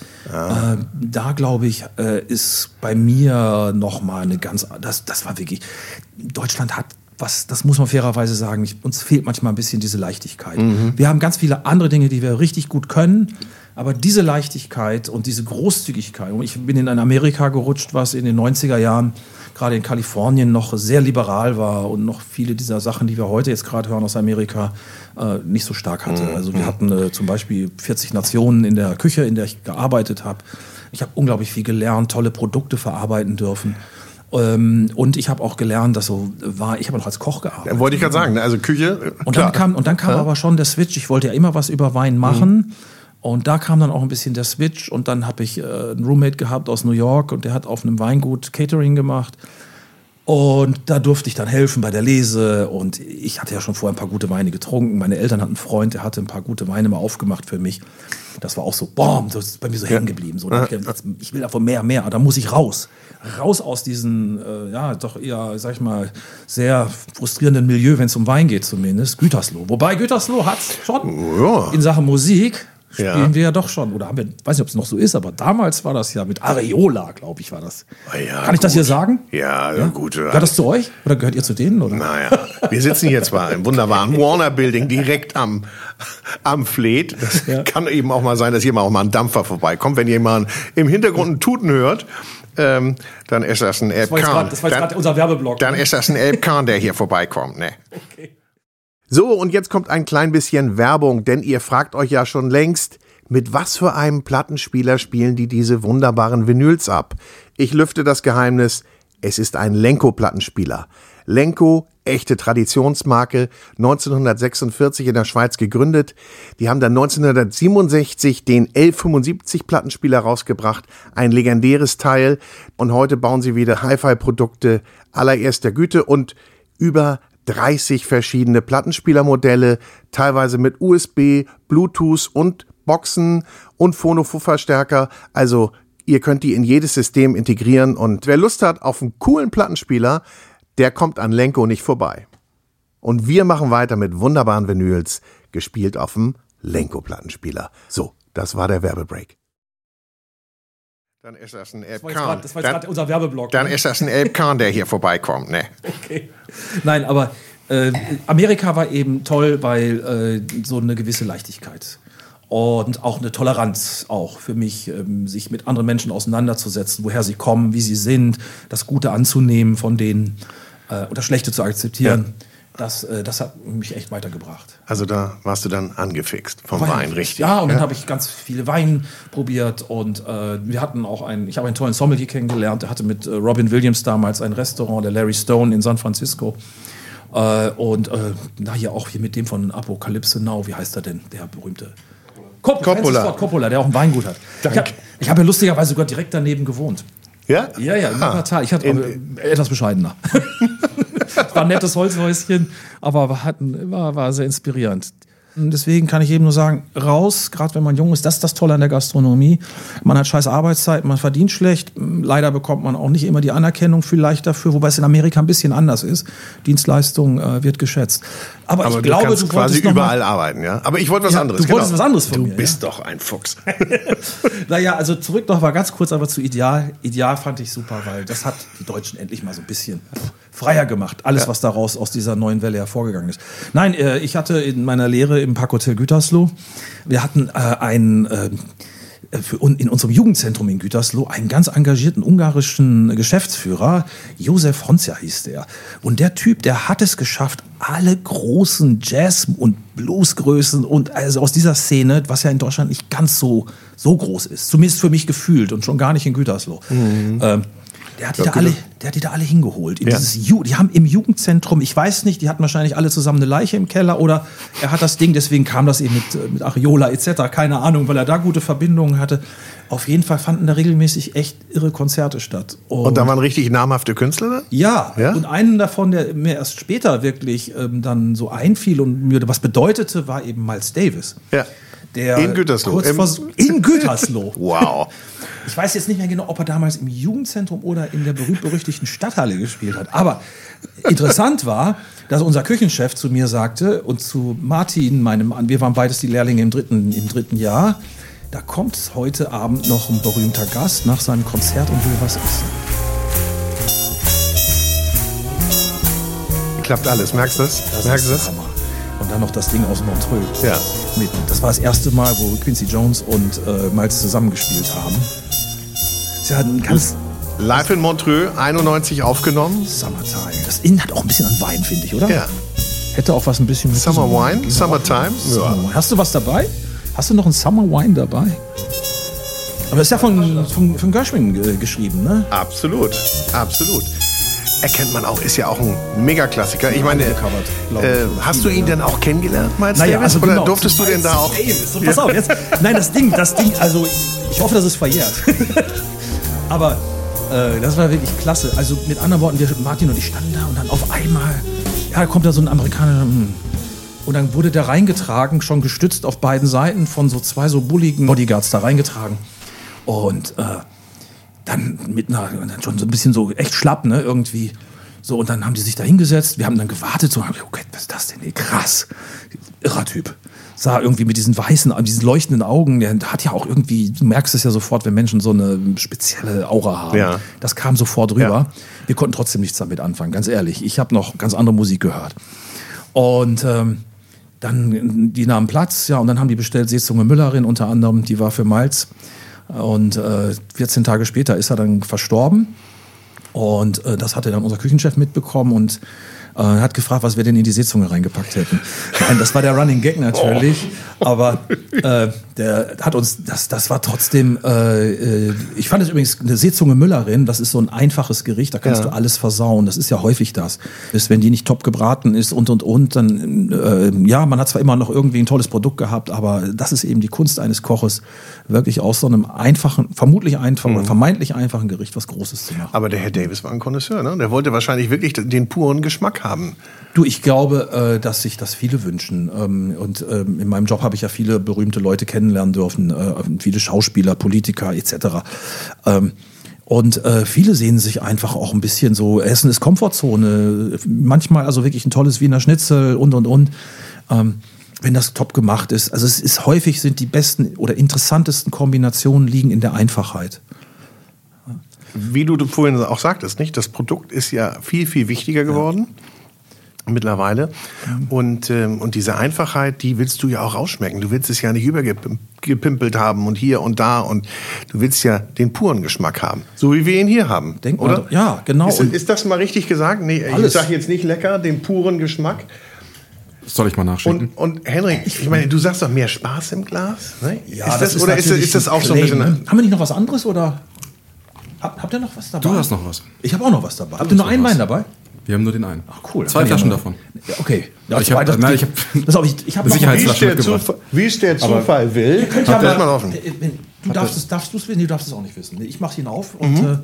Da, glaube ich, ist bei mir nochmal eine ganz... Das war wirklich... Deutschland hat das muss man fairerweise sagen, uns fehlt manchmal ein bisschen diese Leichtigkeit. Wir haben ganz viele andere Dinge, die wir richtig gut können, aber diese Leichtigkeit und diese Großzügigkeit, und ich bin in ein Amerika gerutscht, was in den 90er Jahren, gerade in Kalifornien, noch sehr liberal war und noch viele dieser Sachen, die wir heute jetzt gerade hören aus Amerika, nicht so stark hatte. Also wir hatten zum Beispiel 40 Nationen in der Küche, in der ich gearbeitet habe. Ich habe unglaublich viel gelernt, tolle Produkte verarbeiten dürfen. Und ich habe auch gelernt, ich habe noch als Koch gearbeitet. Wollte ich gerade sagen, also Küche. Und dann kam aber schon der Switch. Ich wollte ja immer was über Wein machen. Und da kam dann auch ein bisschen der Switch. Und dann habe ich einen Roommate gehabt aus New York und der hat auf einem Weingut Catering gemacht. Und da durfte ich dann helfen bei der Lese. Und ich hatte ja schon vorher ein paar gute Weine getrunken. Meine Eltern hatten einen Freund, der hatte ein paar gute Weine mal aufgemacht für mich. Das war auch so, das ist bei mir so hängen geblieben. So, ich will davon mehr. Aber da muss ich raus. Raus aus diesem, doch eher, sag ich mal, sehr frustrierenden Milieu, wenn es um Wein geht zumindest. Gütersloh. Wobei Gütersloh hat schon in Sachen Musik... Spielen wir ja doch schon. Oder weiß nicht, ob es noch so ist, aber damals war das ja mit Areola, glaube ich, war das. Kann ich das hier sagen? Ja, gut. Gehört das zu euch? Oder gehört ihr zu denen? Oder? Naja, wir sitzen hier zwar im wunderbaren Warner Building direkt am Fleet. Das kann eben auch mal sein, dass hier auch mal ein Dampfer vorbeikommt. Wenn jemand im Hintergrund einen Tuten hört, dann ist das ein Elbkahn. Das war jetzt gerade unser Werbeblock. Dann ist das ein Elbkahn, der hier vorbeikommt. Ne? Okay. So, und jetzt kommt ein klein bisschen Werbung, denn ihr fragt euch ja schon längst, mit was für einem Plattenspieler spielen die diese wunderbaren Vinyls ab? Ich lüfte das Geheimnis, es ist ein Lenco-Plattenspieler. Lenco, echte Traditionsmarke, 1946 in der Schweiz gegründet. Die haben dann 1967 den L75-Plattenspieler rausgebracht, ein legendäres Teil. Und heute bauen sie wieder Hi-Fi-Produkte allererster Güte und über 30 verschiedene Plattenspielermodelle, teilweise mit USB, Bluetooth und Boxen und Phono-Verstärker. Also ihr könnt die in jedes System integrieren und wer Lust hat auf einen coolen Plattenspieler, der kommt an Lenco nicht vorbei. Und wir machen weiter mit wunderbaren Vinyls, gespielt auf dem Lenco-Plattenspieler. So, das war der Werbebreak. Dann ist das ein Elbkahn. Das war jetzt gerade unser Werbeblock. Dann ist das ein Elbkahn, der hier vorbeikommt, ne? Okay. Nein, aber Amerika war eben toll, weil so eine gewisse Leichtigkeit und auch eine Toleranz auch für mich, sich mit anderen Menschen auseinanderzusetzen, woher sie kommen, wie sie sind, das Gute anzunehmen von denen und das Schlechte zu akzeptieren. Ja. Das hat mich echt weitergebracht. Also da warst du dann angefixt vom Wein, richtig? Ja, und dann habe ich ganz viele Weine probiert und wir hatten auch ich habe einen tollen Sommelier kennengelernt, der hatte mit Robin Williams damals ein Restaurant, der Larry Stone in San Francisco. Hier auch mit dem von Apocalypse Now, wie heißt er denn, der berühmte? Coppola, der auch ein Weingut hat. Ich habe ja lustigerweise sogar direkt daneben gewohnt. Ja? Ja, in Wuppertal. Ich hatte etwas bescheidener. Es war ein nettes Holzhäuschen, aber war sehr inspirierend. Deswegen kann ich eben nur sagen, raus, gerade wenn man jung ist, das ist das Tolle an der Gastronomie. Man hat scheiß Arbeitszeit, man verdient schlecht. Leider bekommt man auch nicht immer die Anerkennung vielleicht dafür, wobei es in Amerika ein bisschen anders ist. Dienstleistung wird geschätzt. Aber ich glaube, kannst quasi überall arbeiten, ja? Aber ich wollte was anderes. Du wolltest was anderes von mir. Du bist doch ein Fuchs. Naja, also zurück noch mal ganz kurz aber zu Ideal. Ideal fand ich super, weil das hat die Deutschen endlich mal so ein bisschen freier gemacht. Alles, was daraus aus dieser neuen Welle hervorgegangen ist. Nein, ich hatte in meiner Lehre im Parkhotel Gütersloh, wir hatten in unserem Jugendzentrum in Gütersloh einen ganz engagierten ungarischen Geschäftsführer, Josef Honzia hieß der. Und der Typ, der hat es geschafft, alle großen Jazz- und Bluesgrößen und also aus dieser Szene, was ja in Deutschland nicht ganz so groß ist, zumindest für mich gefühlt und schon gar nicht in Gütersloh. Der hat die da alle hingeholt. In die haben im Jugendzentrum, ich weiß nicht, die hatten wahrscheinlich alle zusammen eine Leiche im Keller oder er hat das Ding, deswegen kam das eben mit Areola etc., keine Ahnung, weil er da gute Verbindungen hatte. Auf jeden Fall fanden da regelmäßig echt irre Konzerte statt. Und da waren richtig namhafte Künstler da? Ja, und einen davon, der mir erst später wirklich dann so einfiel und mir was bedeutete, war eben Miles Davis. Ja. In Gütersloh. In Gütersloh. Wow. Ich weiß jetzt nicht mehr genau, ob er damals im Jugendzentrum oder in der berühmt-berüchtigten Stadthalle gespielt hat. Aber interessant war, dass unser Küchenchef zu mir sagte und zu Martin, wir waren beides die Lehrlinge im dritten Jahr, da kommt heute Abend noch ein berühmter Gast nach seinem Konzert und will was essen. Klappt alles, merkst du das? Merkst du das? Hammer. Und dann noch das Ding aus Montreux. Ja. Das war das erste Mal, wo Quincy Jones und Miles zusammengespielt haben. Sie hatten ganz live in Montreux, 91 aufgenommen. Summertime. Das Innen hat auch ein bisschen an Wein, finde ich, oder? Ja. Hätte auch was ein bisschen mit Summer Wine, Summertime. Ja. Hast du was dabei? Hast du noch einen Summer Wine dabei? Aber das ist ja von Gershwin geschrieben, ne? Absolut. Erkennt man auch, ist ja auch ein Megaklassiker. Ich meine, hast du ihn denn auch kennengelernt, Miles Davis? Also oder genau, durftest du denn da auch? Davis. Pass auf, jetzt. Nein, das Ding, also ich hoffe, das ist verjährt. Aber das war wirklich klasse. Also mit anderen Worten, Martin und ich standen da und dann auf einmal, da kommt da so ein Amerikaner und dann wurde der reingetragen, schon gestützt auf beiden Seiten von so zwei so bulligen Bodyguards da reingetragen. Und dann dann schon so ein bisschen so echt schlapp, ne, irgendwie. So, und dann haben die sich da hingesetzt, wir haben dann gewartet, so, okay, was ist das denn, ey, krass, irrer Typ. Sah irgendwie mit diesen diesen leuchtenden Augen, der hat ja auch irgendwie, du merkst es ja sofort, wenn Menschen so eine spezielle Aura haben. Ja. Das kam sofort rüber. Ja. Wir konnten trotzdem nichts damit anfangen, ganz ehrlich. Ich habe noch ganz andere Musik gehört. Und dann, die nahmen Platz, ja, und dann haben die bestellt Seezunge Müllerin unter anderem, die war für Miles. Und 14 Tage später ist er dann verstorben. Und das hatte dann unser Küchenchef mitbekommen und hat gefragt, was wir denn in die Seezunge reingepackt hätten. Nein, das war der Running Gag natürlich. Aber der hat uns, das war trotzdem, ich fand es übrigens, eine Seezunge Müllerin, das ist so ein einfaches Gericht, da kannst du alles versauen. Das ist ja häufig das. Wenn die nicht top gebraten ist und, dann, man hat zwar immer noch irgendwie ein tolles Produkt gehabt, aber das ist eben die Kunst eines Koches, wirklich aus so einem einfachen, vermeintlich einfachen Gericht was Großes zu machen. Aber der Herr Davis war ein Connoisseur, ne? Der wollte wahrscheinlich wirklich den puren Geschmack haben. Du, ich glaube, dass sich das viele wünschen. Und in meinem Job habe ich ja viele berühmte Leute kennenlernen dürfen, viele Schauspieler, Politiker etc. Und viele sehen sich einfach auch ein bisschen so, Essen ist Komfortzone, manchmal also wirklich ein tolles Wiener Schnitzel und. Wenn das top gemacht ist. Also es ist häufig sind die besten oder interessantesten Kombinationen liegen in der Einfachheit. Wie du vorhin auch sagtest, nicht? Das Produkt ist ja viel, viel wichtiger geworden. Mittlerweile. Und diese Einfachheit, die willst du ja auch rausschmecken. Du willst es ja nicht übergepimpelt haben und hier und da. Und du willst ja den puren Geschmack haben. So wie wir ihn hier haben. Oder? Ja, genau. Ist das mal richtig gesagt? Nee, ich sage jetzt nicht lecker, den puren Geschmack. Soll ich mal nachschicken? Und Henrik, ich meine, du sagst doch mehr Spaß im Glas? Ne? Ja, ist das auch so ein bisschen... Ne? Haben wir nicht noch was anderes oder... Habt ihr noch was dabei? Du hast noch was. Ich habe auch noch was dabei. Habt ihr nur einen Wein dabei? Wir haben nur den einen. Ach cool. 2 Flaschen davon. Ja, okay. Ja, ich habe Sicherheitsflaschen mitgebracht. Wie es der Zufall will. Habt das mal offen. Du darfst es wissen, du darfst es auch nicht wissen. Ich mache ihn auf und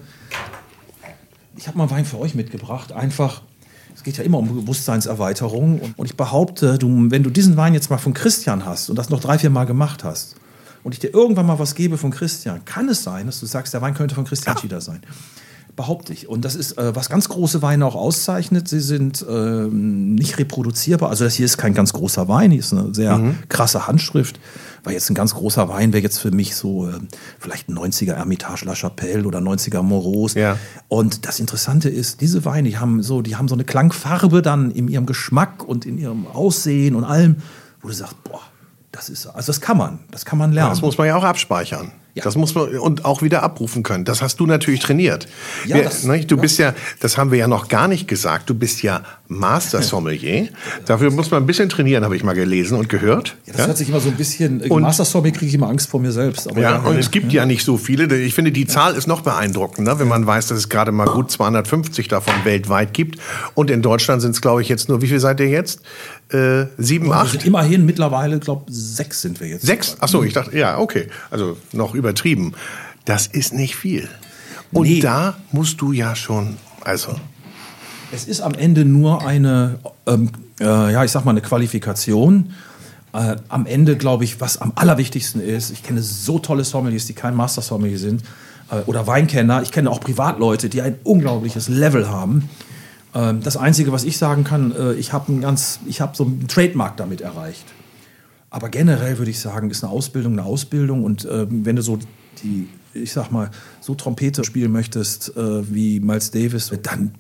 ich habe mal Wein für euch mitgebracht. Einfach, es geht ja immer um Bewusstseinserweiterung. Und ich behaupte, wenn du diesen Wein jetzt mal von Christian hast und das noch 3-4 Mal gemacht hast und ich dir irgendwann mal was gebe von Christian, kann es sein, dass du sagst, der Wein könnte von Christian Schieder sein. Behaupte ich. Und das ist, was ganz große Weine auch auszeichnet. Sie sind nicht reproduzierbar. Also das hier ist kein ganz großer Wein, hier ist eine sehr krasse Handschrift. Weil jetzt ein ganz großer Wein wäre jetzt für mich so vielleicht ein 90er Hermitage La Chapelle oder 90er Morose. Ja. Und das Interessante ist, diese Weine, die haben so eine Klangfarbe dann in ihrem Geschmack und in ihrem Aussehen und allem, wo du sagst, boah, das kann man lernen. Das muss man ja auch abspeichern. Ja. Das muss man und auch wieder abrufen können. Das hast du natürlich trainiert. Ja, Du bist ja, das haben wir ja noch gar nicht gesagt, du bist ja Master Sommelier. Dafür muss man ein bisschen trainieren, habe ich mal gelesen und gehört. Ja, das hört sich immer so ein bisschen, Master Sommelier kriege ich immer Angst vor mir selbst. Aber ja, und es gibt ja nicht so viele. Ich finde, die Zahl ist noch beeindruckender, wenn man weiß, dass es gerade mal gut 250 davon weltweit gibt. Und in Deutschland sind es, glaube ich, jetzt nur, wie viel seid ihr jetzt? 7, 8? Wir sind immerhin mittlerweile, glaube ich, 6 sind wir jetzt. 6? Achso, ich dachte, ja, okay. Also noch übertrieben. Das ist nicht viel. Und Nee. da musst du ja schon, also... Es ist am Ende nur eine, ich sag mal, eine Qualifikation. Am Ende, glaube ich, was am allerwichtigsten ist, ich kenne so tolle Sommeliers, die kein Master Sommelier sind, oder Weinkenner. Ich kenne auch Privatleute, die ein unglaubliches Level haben. Das Einzige, was ich sagen kann, ich habe so einen Trademark damit erreicht. Aber generell würde ich sagen, ist eine Ausbildung. Und wenn du so ich sag mal, so Trompete spielen möchtest wie Miles Davis, dann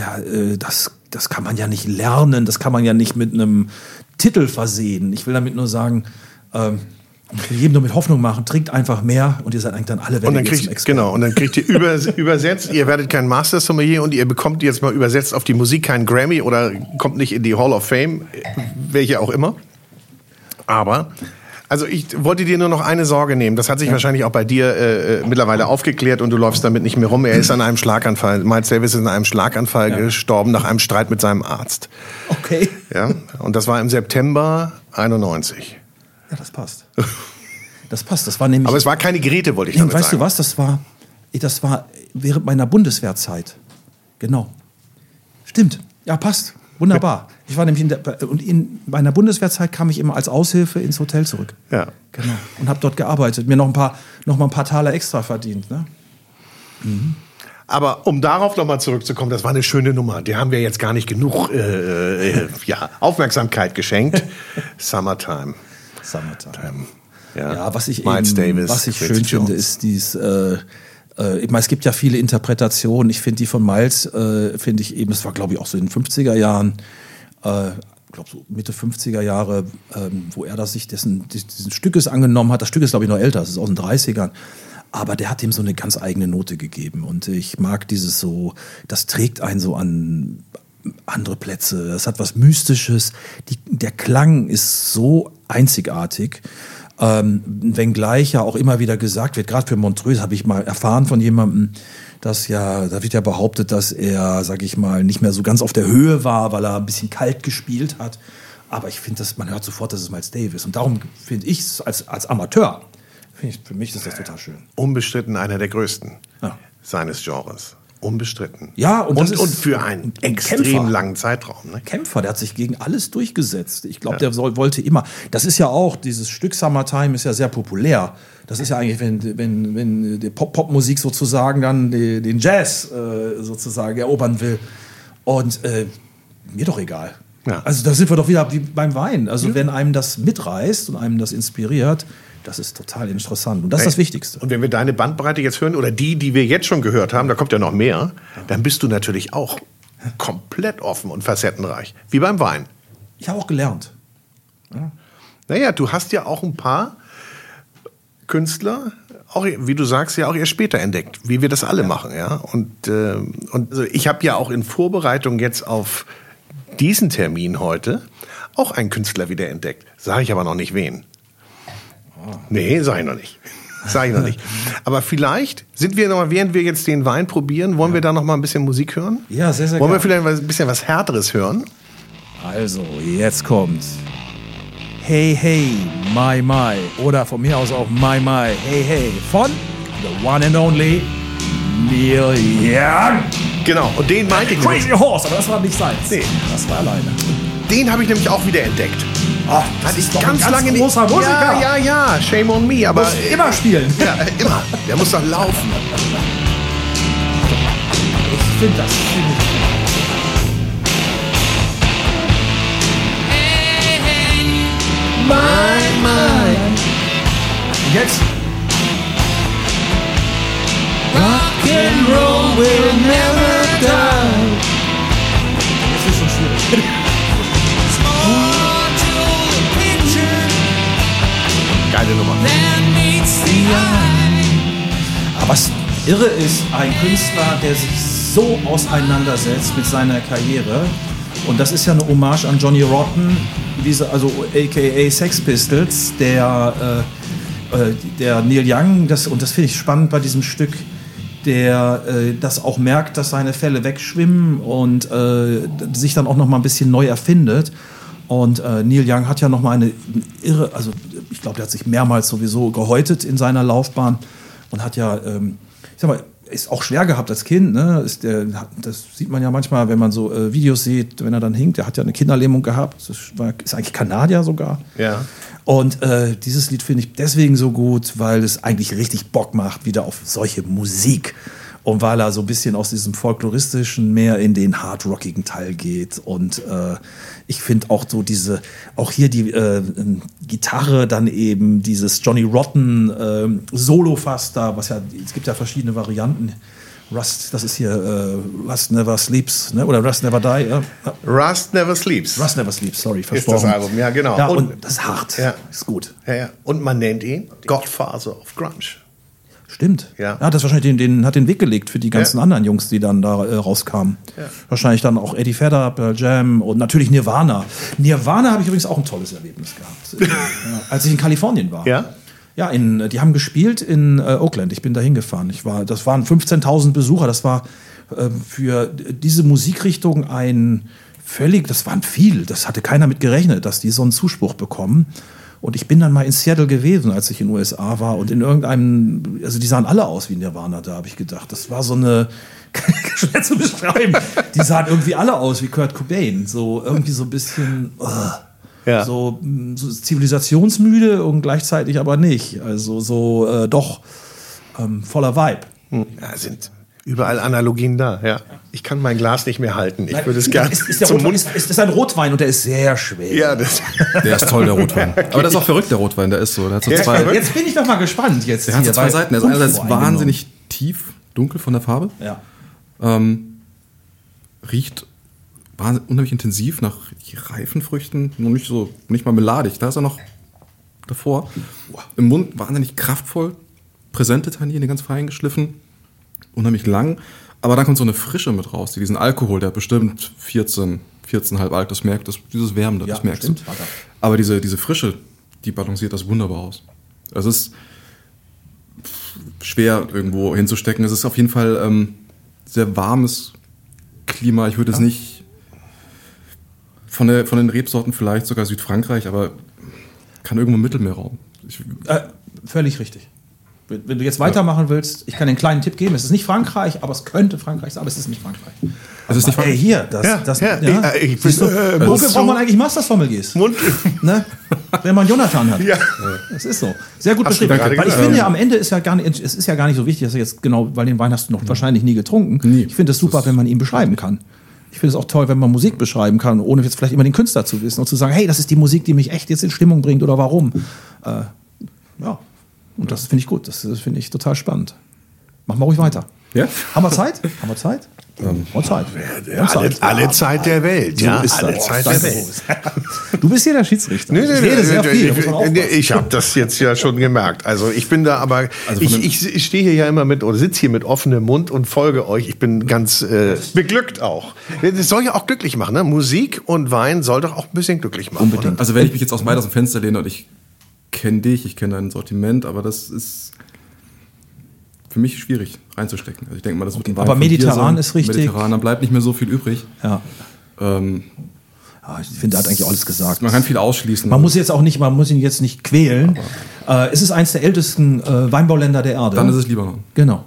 das kann man ja nicht lernen, das kann man ja nicht mit einem Titel versehen. Ich will damit nur sagen, ich will jedem nur mit Hoffnung machen, trinkt einfach mehr und ihr seid eigentlich dann alle Und dann kriegt ihr übersetzt, ihr werdet kein Master Sommelier und ihr bekommt jetzt mal übersetzt auf die Musik keinen Grammy oder kommt nicht in die Hall of Fame, welche auch immer. Aber, also ich wollte dir nur noch eine Sorge nehmen. Das hat sich wahrscheinlich auch bei dir mittlerweile aufgeklärt und du läufst damit nicht mehr rum. Er ist an einem Schlaganfall. Miles Davis ist an einem Schlaganfall gestorben nach einem Streit mit seinem Arzt. Okay. Ja, und das war im September 91. Ja, das passt. Das passt. Das war nämlich. Aber es war keine Geräte, wollte ich damit sagen. Weißt du was? Das war während meiner Bundeswehrzeit. Genau. Stimmt. Ja, passt. Wunderbar. Ich war nämlich in meiner Bundeswehrzeit kam ich immer als Aushilfe ins Hotel zurück. Ja. Genau. Und habe dort gearbeitet. Mir noch mal ein paar Taler extra verdient. Ne? Mhm. Aber um darauf nochmal zurückzukommen, das war eine schöne Nummer. Die haben wir jetzt gar nicht genug Aufmerksamkeit geschenkt. Summertime. Ja, was ich Miles Davis, schön finde, ist ich meine, es gibt ja viele Interpretationen. Ich finde die von Miles, es war glaube ich auch so in den 50er Jahren, ich glaube so Mitte 50er Jahre, wo er sich diesen Stückes angenommen hat. Das Stück ist glaube ich noch älter, das ist aus den 30ern. Aber der hat ihm so eine ganz eigene Note gegeben. Und ich mag dieses so, das trägt einen so an andere Plätze. Das hat was Mystisches. Der Klang ist so einzigartig. Wenngleich ja auch immer wieder gesagt wird, gerade für Montreux habe ich mal erfahren von jemandem, da wird ja behauptet, dass er, sag ich mal, nicht mehr so ganz auf der Höhe war, weil er ein bisschen kalt gespielt hat. Aber ich finde, man hört sofort, dass es Miles Davis. Und darum finde ich es als Amateur, für mich ist das total schön. Unbestritten einer der größten seines Genres. Unbestritten. Ja, und für einen extrem langen Zeitraum. Ne? Kämpfer, der hat sich gegen alles durchgesetzt. Ich glaube, der wollte immer. Das ist ja auch, dieses Stück Summertime ist ja sehr populär. Das ist ja eigentlich, wenn die Popmusik sozusagen dann den Jazz sozusagen erobern will. Und mir doch egal. Ja. Also da sind wir doch wieder wie beim Wein. Also wenn einem das mitreißt und einem das inspiriert, das ist total interessant. Und das ist das Wichtigste. Und wenn wir deine Bandbreite jetzt hören, oder die wir jetzt schon gehört haben, da kommt ja noch mehr, dann bist du natürlich auch komplett offen und facettenreich. Wie beim Wein. Ich habe auch gelernt. Ja. Naja, du hast ja auch ein paar Künstler, auch, wie du sagst, ja auch erst später entdeckt, wie wir das alle machen. Ja? Und also ich habe ja auch in Vorbereitung jetzt auf diesen Termin heute auch einen Künstler wieder entdeckt. Sage ich aber noch nicht wen. Nee, sag ich noch nicht. Aber vielleicht sind wir noch mal, während wir jetzt den Wein probieren, wollen wir da noch mal ein bisschen Musik hören? Ja, sehr, sehr Wollen wir vielleicht ein bisschen was Härteres hören? Also, jetzt kommt Hey, hey, my, my. Oder von mir aus auch My, my, hey, hey. Von the one and only Neil Young. Genau, und den meinte ich. Crazy Horse, aber das war nicht seins. Nee. Das war alleine. Den habe ich nämlich auch wieder entdeckt. Ach, das hatte ist ich doch ganz ein lange nicht. großer Musiker. Ja, shame on me. Aber muss immer spielen. Ja, immer. Der muss doch laufen. Ich finde das ziemlich cool. My. Jetzt. Rock'n'Roll will never die. Das ist schon schwierig. Geile Nummer. Ja. Aber was irre ist, ein Künstler, der sich so auseinandersetzt mit seiner Karriere. Und das ist ja eine Hommage an Johnny Rotten, also aka Sex Pistols, der Neil Young, und das finde ich spannend bei diesem Stück, der das auch merkt, dass seine Fälle wegschwimmen und sich dann auch noch mal ein bisschen neu erfindet. Und Neil Young hat ja noch mal eine irre, also ich glaube, der hat sich mehrmals sowieso gehäutet in seiner Laufbahn und hat ja, ich sag mal, ist auch schwer gehabt als Kind, ne? Das sieht man ja manchmal, wenn man so Videos sieht, wenn er dann hinkt. Der hat ja eine Kinderlähmung gehabt. Ist eigentlich Kanadier sogar. Ja. Und dieses Lied finde ich deswegen so gut, weil es eigentlich richtig Bock macht, wieder auf solche Musik. Und weil er so ein bisschen aus diesem folkloristischen mehr in den hardrockigen Teil geht. Und ich finde auch so auch hier die Gitarre, dann eben dieses Johnny Rotten Solo fast da, es gibt ja verschiedene Varianten. Rust, das ist hier Rust Never Sleeps, ne? Oder Rust Never Die. Ja. Rust Never Sleeps. Rust Never Sleeps, sorry, versprochen. Ist das Album, ja genau. Ja, und das ist hart, ist gut. Ja. Und man nennt ihn Godfather of Grunge. Stimmt. Ja. Er hat das wahrscheinlich hat den Weg gelegt für die ganzen anderen Jungs, die dann da rauskamen. Ja. Wahrscheinlich dann auch Eddie Vedder, Pearl Jam und natürlich Nirvana. Nirvana habe ich übrigens auch ein tolles Erlebnis gehabt, als ich in Kalifornien war. Ja? Ja, die haben gespielt in Oakland. Ich bin da hingefahren. Das waren 15.000 Besucher. Das war für diese Musikrichtung das waren viel. Das hatte keiner mit gerechnet, dass die so einen Zuspruch bekommen. Und ich bin dann mal in Seattle gewesen, als ich in den USA war. Und in also die sahen alle aus wie Nirvana da, habe ich gedacht. Das war so eine, schwer zu beschreiben. Die sahen irgendwie alle aus wie Kurt Cobain. So irgendwie so ein bisschen, so zivilisationsmüde und gleichzeitig aber nicht. Also so doch voller Vibe. Ja, sind überall Analogien da, ja. Ich kann mein Glas nicht mehr halten. Ich würde es gerne zum Mund. Ist ein Rotwein und der ist sehr schwer. Ja, der ist toll, der Rotwein. Aber der ist auch verrückt, der Rotwein. Der ist so. Der hat so jetzt bin ich doch mal gespannt. Der hat so zwei Seiten. Der ist einerseits wahnsinnig tief, dunkel von der Farbe. Ja. Riecht unheimlich intensiv nach reifen Früchten. Nicht mal meladig. Da ist er noch davor. Im Mund wahnsinnig kraftvoll. Präsente Tannine, ganz fein geschliffen. Unheimlich lang, aber dann kommt so eine Frische mit raus, diesen Alkohol, der bestimmt 14,5 alt, das merkt, dieses Wärmende, das merkst du. Aber diese Frische, die balanciert das wunderbar aus. Es ist schwer irgendwo hinzustecken, es ist auf jeden Fall sehr warmes Klima, ich würde es nicht von den Rebsorten vielleicht sogar Südfrankreich, aber kann irgendwo im Mittelmeerraum. Völlig richtig. Wenn du jetzt weitermachen willst, ich kann dir einen kleinen Tipp geben. Es ist nicht Frankreich, aber es könnte Frankreich sein, aber es ist nicht Frankreich. Es ist nicht Frankreich. Hier, wofür braucht man eigentlich Master-Sommeliers? Ne? Wenn man Jonathan hat. Ja. Das ist so. Sehr gut beschrieben. Weil ich finde ja, am Ende ist ja gar nicht so wichtig, dass er jetzt genau, weil den Wein hast du noch wahrscheinlich nie getrunken. Nie. Ich finde es super, wenn man ihn beschreiben kann. Ich finde es auch toll, wenn man Musik beschreiben kann, ohne jetzt vielleicht immer den Künstler zu wissen und zu sagen, hey, das ist die Musik, die mich echt jetzt in Stimmung bringt oder warum. Ja. Und das finde ich gut, das finde ich total spannend. Machen wir ruhig weiter. Ja? Haben wir Zeit? Zeit? Alle Zeit der Welt. Ja, so alle Zeit der Welt. Du bist hier der Schiedsrichter. Ich rede sehr viel. Ich habe das jetzt ja schon gemerkt. Also ich bin da, aber ich stehe hier ja immer mit oder sitze hier mit offenem Mund und folge euch. Ich bin ganz beglückt auch. Das soll ja auch glücklich machen. Ne? Musik und Wein soll doch auch ein bisschen glücklich machen. Unbedingt. Oder? Also wenn ich mich jetzt aus dem Fenster lehne und ich kenne dich, ich kenne dein Sortiment, aber das ist für mich schwierig reinzustecken. Also ich denke mal, das wird ein Wein aber mediterran ist richtig. Mediterran, dann bleibt nicht mehr so viel übrig. Ja. Ich finde, er hat eigentlich alles gesagt. Man kann viel ausschließen. Man muss ihn jetzt nicht quälen. Es ist eins der ältesten Weinbauländer der Erde. Dann ist es Libanon. Genau.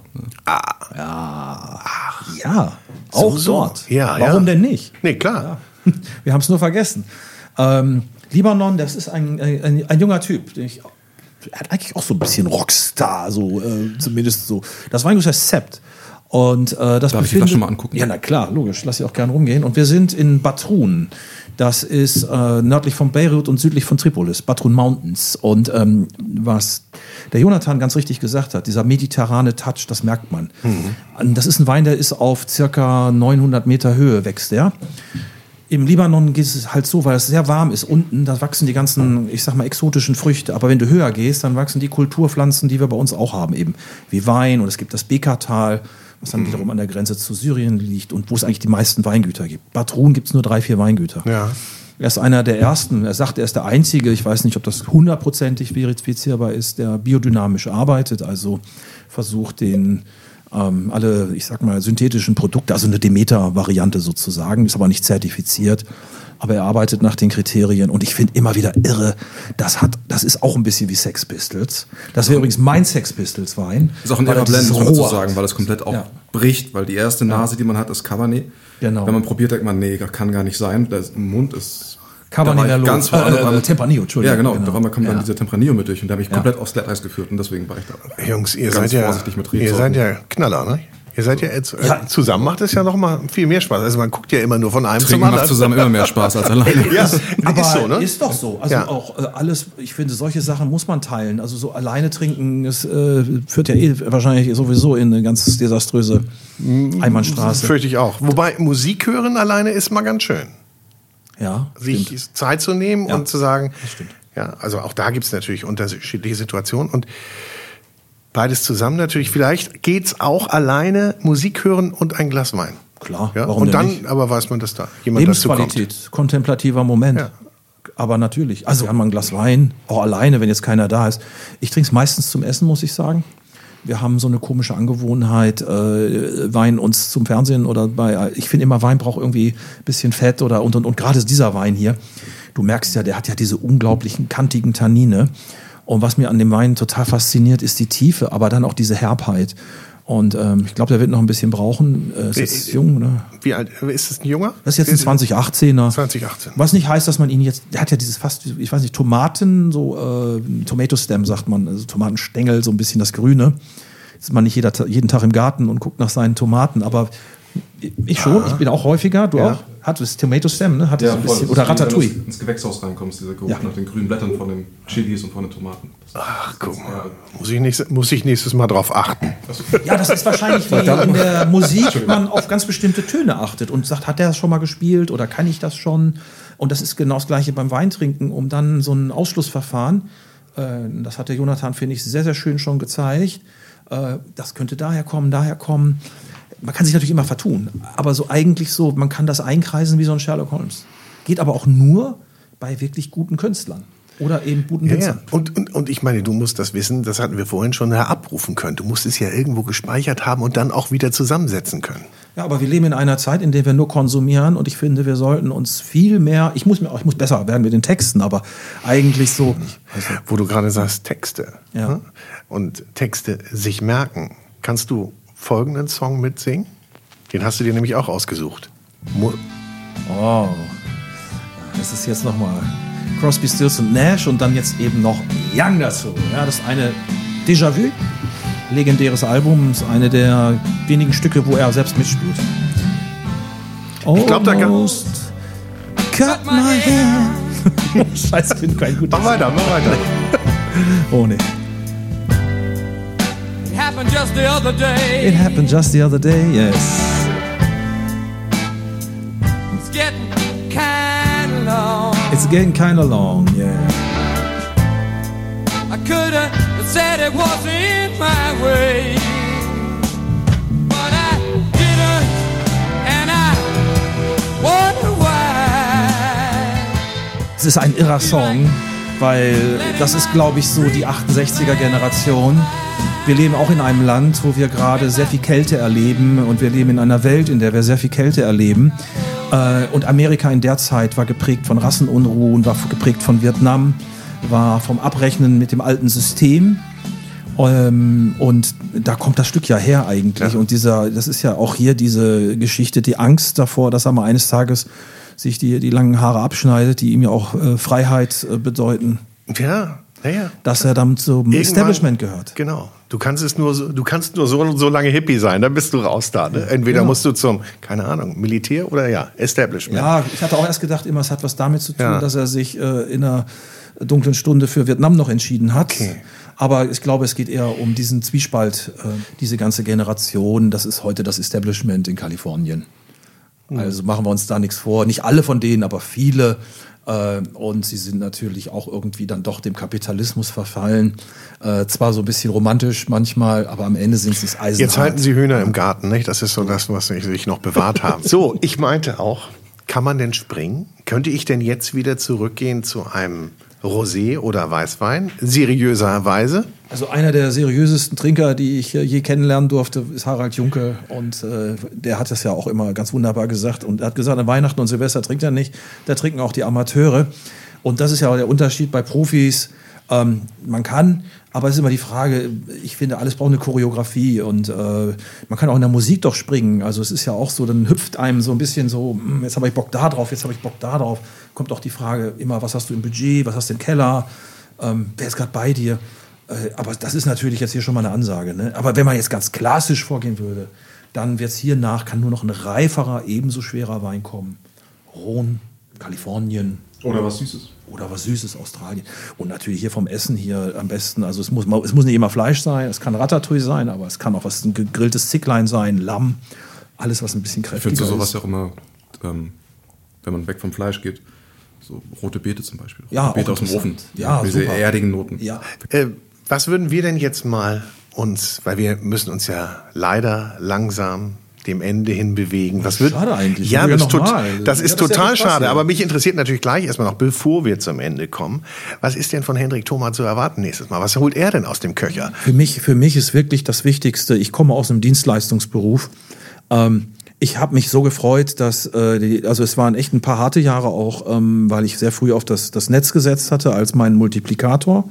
Ja. Auch dort. Ja, warum denn nicht? Nee, klar. Ja. Wir haben es nur vergessen. Libanon, das ist ein junger Typ. Er hat eigentlich auch so ein bisschen Rockstar, zumindest so. Das Weingut heißt Sept. Und das darf ich die Flasche mal angucken? Ja, na klar, logisch. Lass sie auch gerne rumgehen. Und wir sind in Batroun. Das ist nördlich von Beirut und südlich von Tripolis, Batroun Mountains. Und was der Jonathan ganz richtig gesagt hat, dieser mediterrane Touch, das merkt man. Das ist ein Wein, der ist auf circa 900 Meter Höhe wächst der. Im Libanon geht es halt so, weil es sehr warm ist unten, da wachsen die ganzen, ich sag mal, exotischen Früchte. Aber wenn du höher gehst, dann wachsen die Kulturpflanzen, die wir bei uns auch haben, eben wie Wein. Und es gibt das Bekaa-Tal, was dann wiederum an der Grenze zu Syrien liegt und wo es eigentlich die meisten Weingüter gibt. Bad Ruhen gibt es nur 3-4 Weingüter. Ja. Er ist einer der ersten, er sagt, er ist der Einzige, ich weiß nicht, ob das 100%ig verifizierbar ist, der biodynamisch arbeitet, also versucht alle, ich sag mal, synthetischen Produkte, also eine Demeter-Variante sozusagen, ist aber nicht zertifiziert, aber er arbeitet nach den Kriterien und ich finde immer wieder irre, das ist auch ein bisschen wie Sex Pistols. Das wäre übrigens mein Sex Pistols Wein. Das ist auch ein irrer Blend, muss man dazu sagen, weil es komplett auch bricht, weil die erste Nase, die man hat, ist Cabernet. Genau. Wenn man probiert, denkt man, nee, kann gar nicht sein, das im Mund ist Cabernet ganz Tempranillo, Entschuldigung. Ja, genau. Da kommt dann dieser Tempranillo mit durch und der hat mich komplett aufs Glatteis geführt und deswegen war ich da. Jungs, ihr ganz seid vorsichtig mit ihr seid ja Knaller, ne? Ihr seid zusammen macht es ja noch mal viel mehr Spaß. Also man guckt ja immer nur von einem zum anderen. Macht zusammen immer mehr Spaß als alleine. Ja, aber ist so, ne? Ist doch so. Also auch alles, ich finde, solche Sachen muss man teilen. Also so alleine trinken, es führt ja wahrscheinlich sowieso in eine ganz desaströse Einbahnstraße. Fürchte ich auch. Wobei Musik hören alleine ist mal ganz schön. Ja, sich Zeit zu nehmen und zu sagen, das stimmt. Ja, also auch da gibt es natürlich unterschiedliche Situationen und beides zusammen natürlich. Vielleicht geht's auch alleine Musik hören und ein Glas Wein. Klar, ja? warum und dann nicht? aber weiß man, dass da jemand dazu kommt. Lebensqualität, kontemplativer Moment. Ja. Aber natürlich, also kann man ein Glas Wein, auch alleine, wenn jetzt keiner da ist. Ich trinke es meistens zum Essen, muss ich sagen. Wir haben so eine komische Angewohnheit, Wein uns zum Fernsehen ich finde immer, Wein braucht irgendwie ein bisschen Fett und gerade dieser Wein hier, du merkst ja, der hat ja diese unglaublichen kantigen Tannine. Und was mir an dem Wein total fasziniert, ist die Tiefe, aber dann auch diese Herbheit. Und ich glaube, der wird noch ein bisschen brauchen. Ist jetzt jung, oder? Wie alt ist es, ein Junger? Das ist jetzt ein 2018er. 2018. Was nicht heißt, dass man ihn jetzt, der hat ja dieses fast, ich weiß nicht, Tomaten, so Tomato Stem sagt man, also Tomatenstängel, so ein bisschen das Grüne. Jetzt ist man nicht jeden Tag im Garten und guckt nach seinen Tomaten, aber ich schon, ich bin auch häufiger, du auch? Hat das Tomato Stem, ne? Hat das ein bisschen, oder Ratatouille. Wenn du ins Gewächshaus reinkommst, dieser Geruch nach den grünen Blättern von den Chilis und von den Tomaten. Ach, guck mal. Muss ich nächstes Mal drauf achten. Ja, das ist wahrscheinlich wie in der Musik, man auf ganz bestimmte Töne achtet und sagt, hat der das schon mal gespielt oder kann ich das schon? Und das ist genau das Gleiche beim Weintrinken, um dann so ein Ausschlussverfahren, das hat der Jonathan, finde ich, sehr, sehr schön schon gezeigt. Das könnte daher kommen. Man kann sich natürlich immer vertun, aber so eigentlich so, man kann das einkreisen wie so ein Sherlock Holmes. Geht aber auch nur bei wirklich guten Künstlern oder eben guten Winzern. Ja. Und ich meine, du musst das Wissen, das hatten wir vorhin schon, abrufen können. Du musst es ja irgendwo gespeichert haben und dann auch wieder zusammensetzen können. Ja, aber wir leben in einer Zeit, in der wir nur konsumieren und ich finde, wir sollten uns viel mehr, ich muss besser werden mit den Texten, aber eigentlich so nicht. Also, wo du gerade sagst, Texte ja. Und Texte sich merken, kannst du folgenden Song mitsingen? Den hast du dir nämlich auch ausgesucht. Oh, das ist jetzt nochmal Crosby, Stills und Nash und dann jetzt eben noch Young dazu. Ja, das ist eine Déjà-vu, legendäres Album, ist eine der wenigen Stücke, wo er selbst mitspielt. Ich glaube, da kann... Cut my hair. Scheiße, ich bin kein guter. Mach weiter. Oh, nee. It happened just the other day. It happened just the other day, yes. It's getting kind of long. It's getting kind of long, yeah. I could have said it wasn't my way, but I didn't, and I wonder why. Es ist ein irrer Song, weil das ist, glaube ich, so die 68er-Generation. Wir leben auch in einem Land, wo wir gerade sehr viel Kälte erleben und wir leben in einer Welt, in der wir sehr viel Kälte erleben. Und Amerika in der Zeit war geprägt von Rassenunruhen, war geprägt von Vietnam, war vom Abrechnen mit dem alten System. Und da kommt das Stück ja her eigentlich. Ja. Und das ist ja auch hier diese Geschichte, die Angst davor, dass er mal eines Tages sich die langen Haare abschneidet, die ihm ja auch Freiheit bedeuten. Ja. Dass er dann zum Establishment gehört. Genau. Du kannst nur so lange Hippie sein, dann bist du raus da. Ne? Entweder musst du zum, keine Ahnung, Militär oder Establishment. Ja, ich hatte auch erst gedacht, immer es hat was damit zu tun, dass er sich in einer dunklen Stunde für Vietnam noch entschieden hat. Okay. Aber ich glaube, es geht eher um diesen Zwiespalt, diese ganze Generation. Das ist heute das Establishment in Kalifornien. Also machen wir uns da nichts vor. Nicht alle von denen, aber viele. Und sie sind natürlich auch irgendwie dann doch dem Kapitalismus verfallen. Zwar so ein bisschen romantisch manchmal, aber am Ende sind sie es eisenhart. Jetzt halten Sie Hühner im Garten, nicht? Das ist so das, was Sie sich noch bewahrt haben. So, ich meinte auch, kann man denn springen? Könnte ich denn jetzt wieder zurückgehen zu einem Rosé oder Weißwein? Seriöserweise? Also einer der seriösesten Trinker, die ich je kennenlernen durfte, ist Harald Junke. Und der hat das ja auch immer ganz wunderbar gesagt. Und er hat gesagt, an Weihnachten und Silvester trinkt er nicht. Da trinken auch die Amateure. Und das ist ja auch der Unterschied bei Profis. Man kann, aber es ist immer die Frage, ich finde, alles braucht eine Choreografie. Und man kann auch in der Musik doch springen. Also es ist ja auch so, dann hüpft einem so ein bisschen so, jetzt habe ich Bock da drauf, jetzt habe ich Bock da drauf. Kommt auch die Frage immer, was hast du im Budget, was hast du im Keller, wer ist gerade bei dir? Aber das ist natürlich jetzt hier schon mal eine Ansage. Ne? Aber wenn man jetzt ganz klassisch vorgehen würde, dann wird es hier kann nur noch ein reiferer, ebenso schwerer Wein kommen. Rhone, Kalifornien. Oder was Süßes. Oder was Süßes, Australien. Und natürlich hier vom Essen hier am besten. Also es muss nicht immer Fleisch sein, es kann Ratatouille sein, aber es kann auch ein gegrilltes Zicklein sein, Lamm. Alles, was ein bisschen kräftiger ist. Ich finde sowas ja auch immer, wenn man weg vom Fleisch geht, so rote Beete zum Beispiel. Ja, rote Beete aus dem Ofen. Ja, diese super. erdigen Noten. Ja. Was würden wir denn jetzt mal weil wir müssen uns ja leider langsam dem Ende hin bewegen. Schade eigentlich. Ja, das ist total ja schade. Aber mich interessiert natürlich gleich erstmal noch, bevor wir zum Ende kommen, was ist denn von Hendrik Thoma zu erwarten nächstes Mal? Was holt er denn aus dem Köcher? Für mich ist wirklich das Wichtigste, ich komme aus einem Dienstleistungsberuf. Ich habe mich so gefreut, dass, es waren echt ein paar harte Jahre auch, weil ich sehr früh auf das Netz gesetzt hatte als meinen Multiplikator.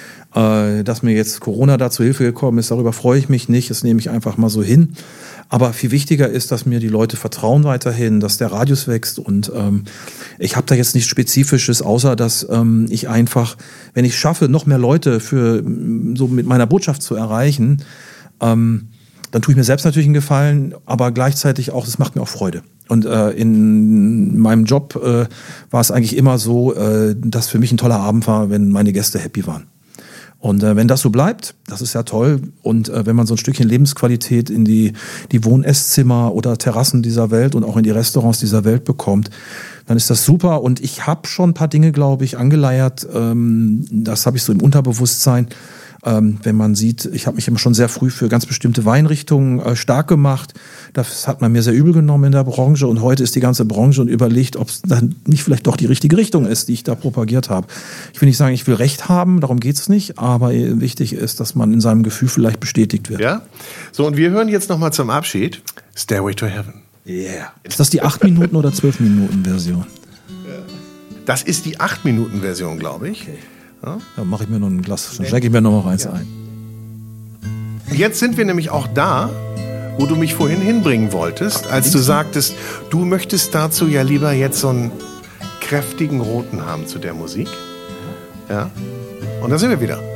Dass mir jetzt Corona da zu Hilfe gekommen ist, darüber freue ich mich nicht, das nehme ich einfach mal so hin. Aber viel wichtiger ist, dass mir die Leute vertrauen weiterhin, dass der Radius wächst und ich habe da jetzt nichts Spezifisches, außer dass ich einfach, wenn ich schaffe, noch mehr Leute so mit meiner Botschaft zu erreichen, dann tue ich mir selbst natürlich einen Gefallen, aber gleichzeitig auch, es macht mir auch Freude. Und in meinem Job war es eigentlich immer so, dass für mich ein toller Abend war, wenn meine Gäste happy waren. Und wenn das so bleibt, das ist ja toll. Und wenn man so ein Stückchen Lebensqualität in die Wohn-Esszimmer oder Terrassen dieser Welt und auch in die Restaurants dieser Welt bekommt, dann ist das super. Und ich habe schon ein paar Dinge, glaube ich, angeleiert. Das habe ich so im Unterbewusstsein. Wenn man sieht, ich habe mich immer schon sehr früh für ganz bestimmte Weinrichtungen stark gemacht. Das hat man mir sehr übel genommen in der Branche. Und heute ist die ganze Branche und überlegt, ob es dann nicht vielleicht doch die richtige Richtung ist, die ich da propagiert habe. Ich will nicht sagen, ich will Recht haben, darum geht's nicht. Aber wichtig ist, dass man in seinem Gefühl vielleicht bestätigt wird. Ja. So, und wir hören jetzt nochmal zum Abschied Stairway to Heaven. Yeah. Ist das die 8 Minuten oder 12 Minuten Version? Das ist die 8 Minuten Version, glaube ich. Okay. Ja? Da mache ich mir noch ein Glas, dann steige ich mir noch mal eins ein. Jetzt sind wir nämlich auch da, wo du mich vorhin hinbringen wolltest, als du sagtest, du möchtest dazu ja lieber jetzt so einen kräftigen Roten haben zu der Musik. Ja? Und da sind wir wieder.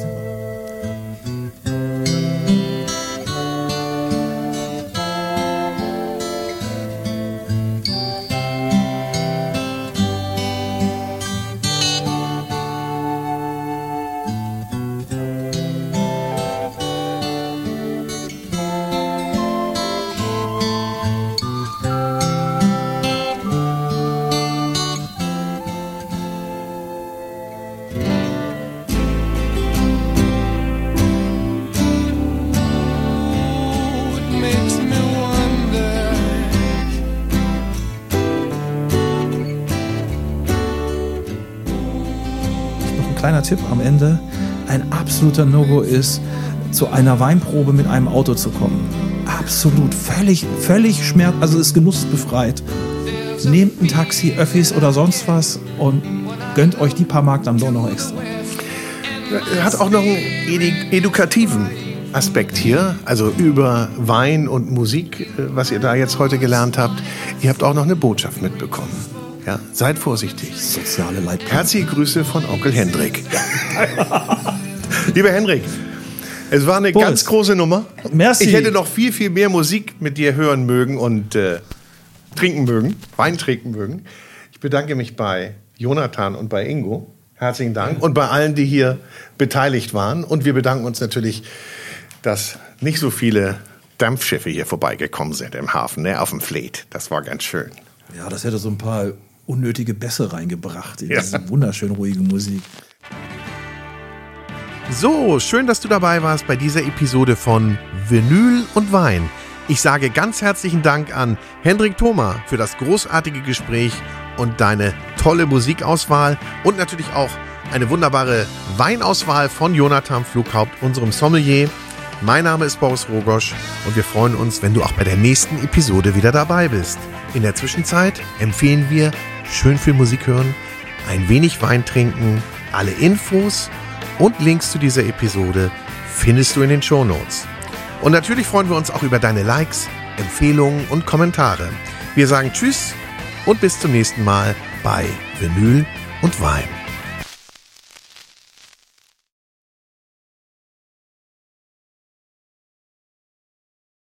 Kleiner Tipp am Ende, ein absoluter No-Go ist, zu einer Weinprobe mit einem Auto zu kommen. Absolut, völlig also ist genussbefreit. Nehmt ein Taxi, Öffis oder sonst was und gönnt euch die paar Mark dann doch noch extra. Hat auch noch einen edukativen Aspekt hier, also über Wein und Musik, was ihr da jetzt heute gelernt habt. Ihr habt auch noch eine Botschaft mitbekommen. Ja, seid vorsichtig. Soziale Leitplanken. Herzliche Grüße von Onkel Hendrik. Lieber Hendrik, es war eine ganz große Nummer. Merci. Ich hätte noch viel, viel mehr Musik mit dir hören mögen und trinken mögen, Wein trinken mögen. Ich bedanke mich bei Jonathan und bei Ingo. Herzlichen Dank. Und bei allen, die hier beteiligt waren. Und wir bedanken uns natürlich, dass nicht so viele Dampfschiffe hier vorbeigekommen sind im Hafen, ne, auf dem Fleet. Das war ganz schön. Ja, das hätte so ein paar unnötige Bässe reingebracht in diese wunderschön ruhige Musik. So, schön, dass du dabei warst bei dieser Episode von Vinyl und Wein. Ich sage ganz herzlichen Dank an Hendrik Thoma für das großartige Gespräch und deine tolle Musikauswahl und natürlich auch eine wunderbare Weinauswahl von Jonathan Pflughaupt, unserem Sommelier. Mein Name ist Boris Rogosch und wir freuen uns, wenn du auch bei der nächsten Episode wieder dabei bist. In der Zwischenzeit empfehlen wir schön viel Musik hören, ein wenig Wein trinken. Alle Infos und Links zu dieser Episode findest du in den Shownotes. Und natürlich freuen wir uns auch über deine Likes, Empfehlungen und Kommentare. Wir sagen Tschüss und bis zum nächsten Mal bei Vinyl und Wein.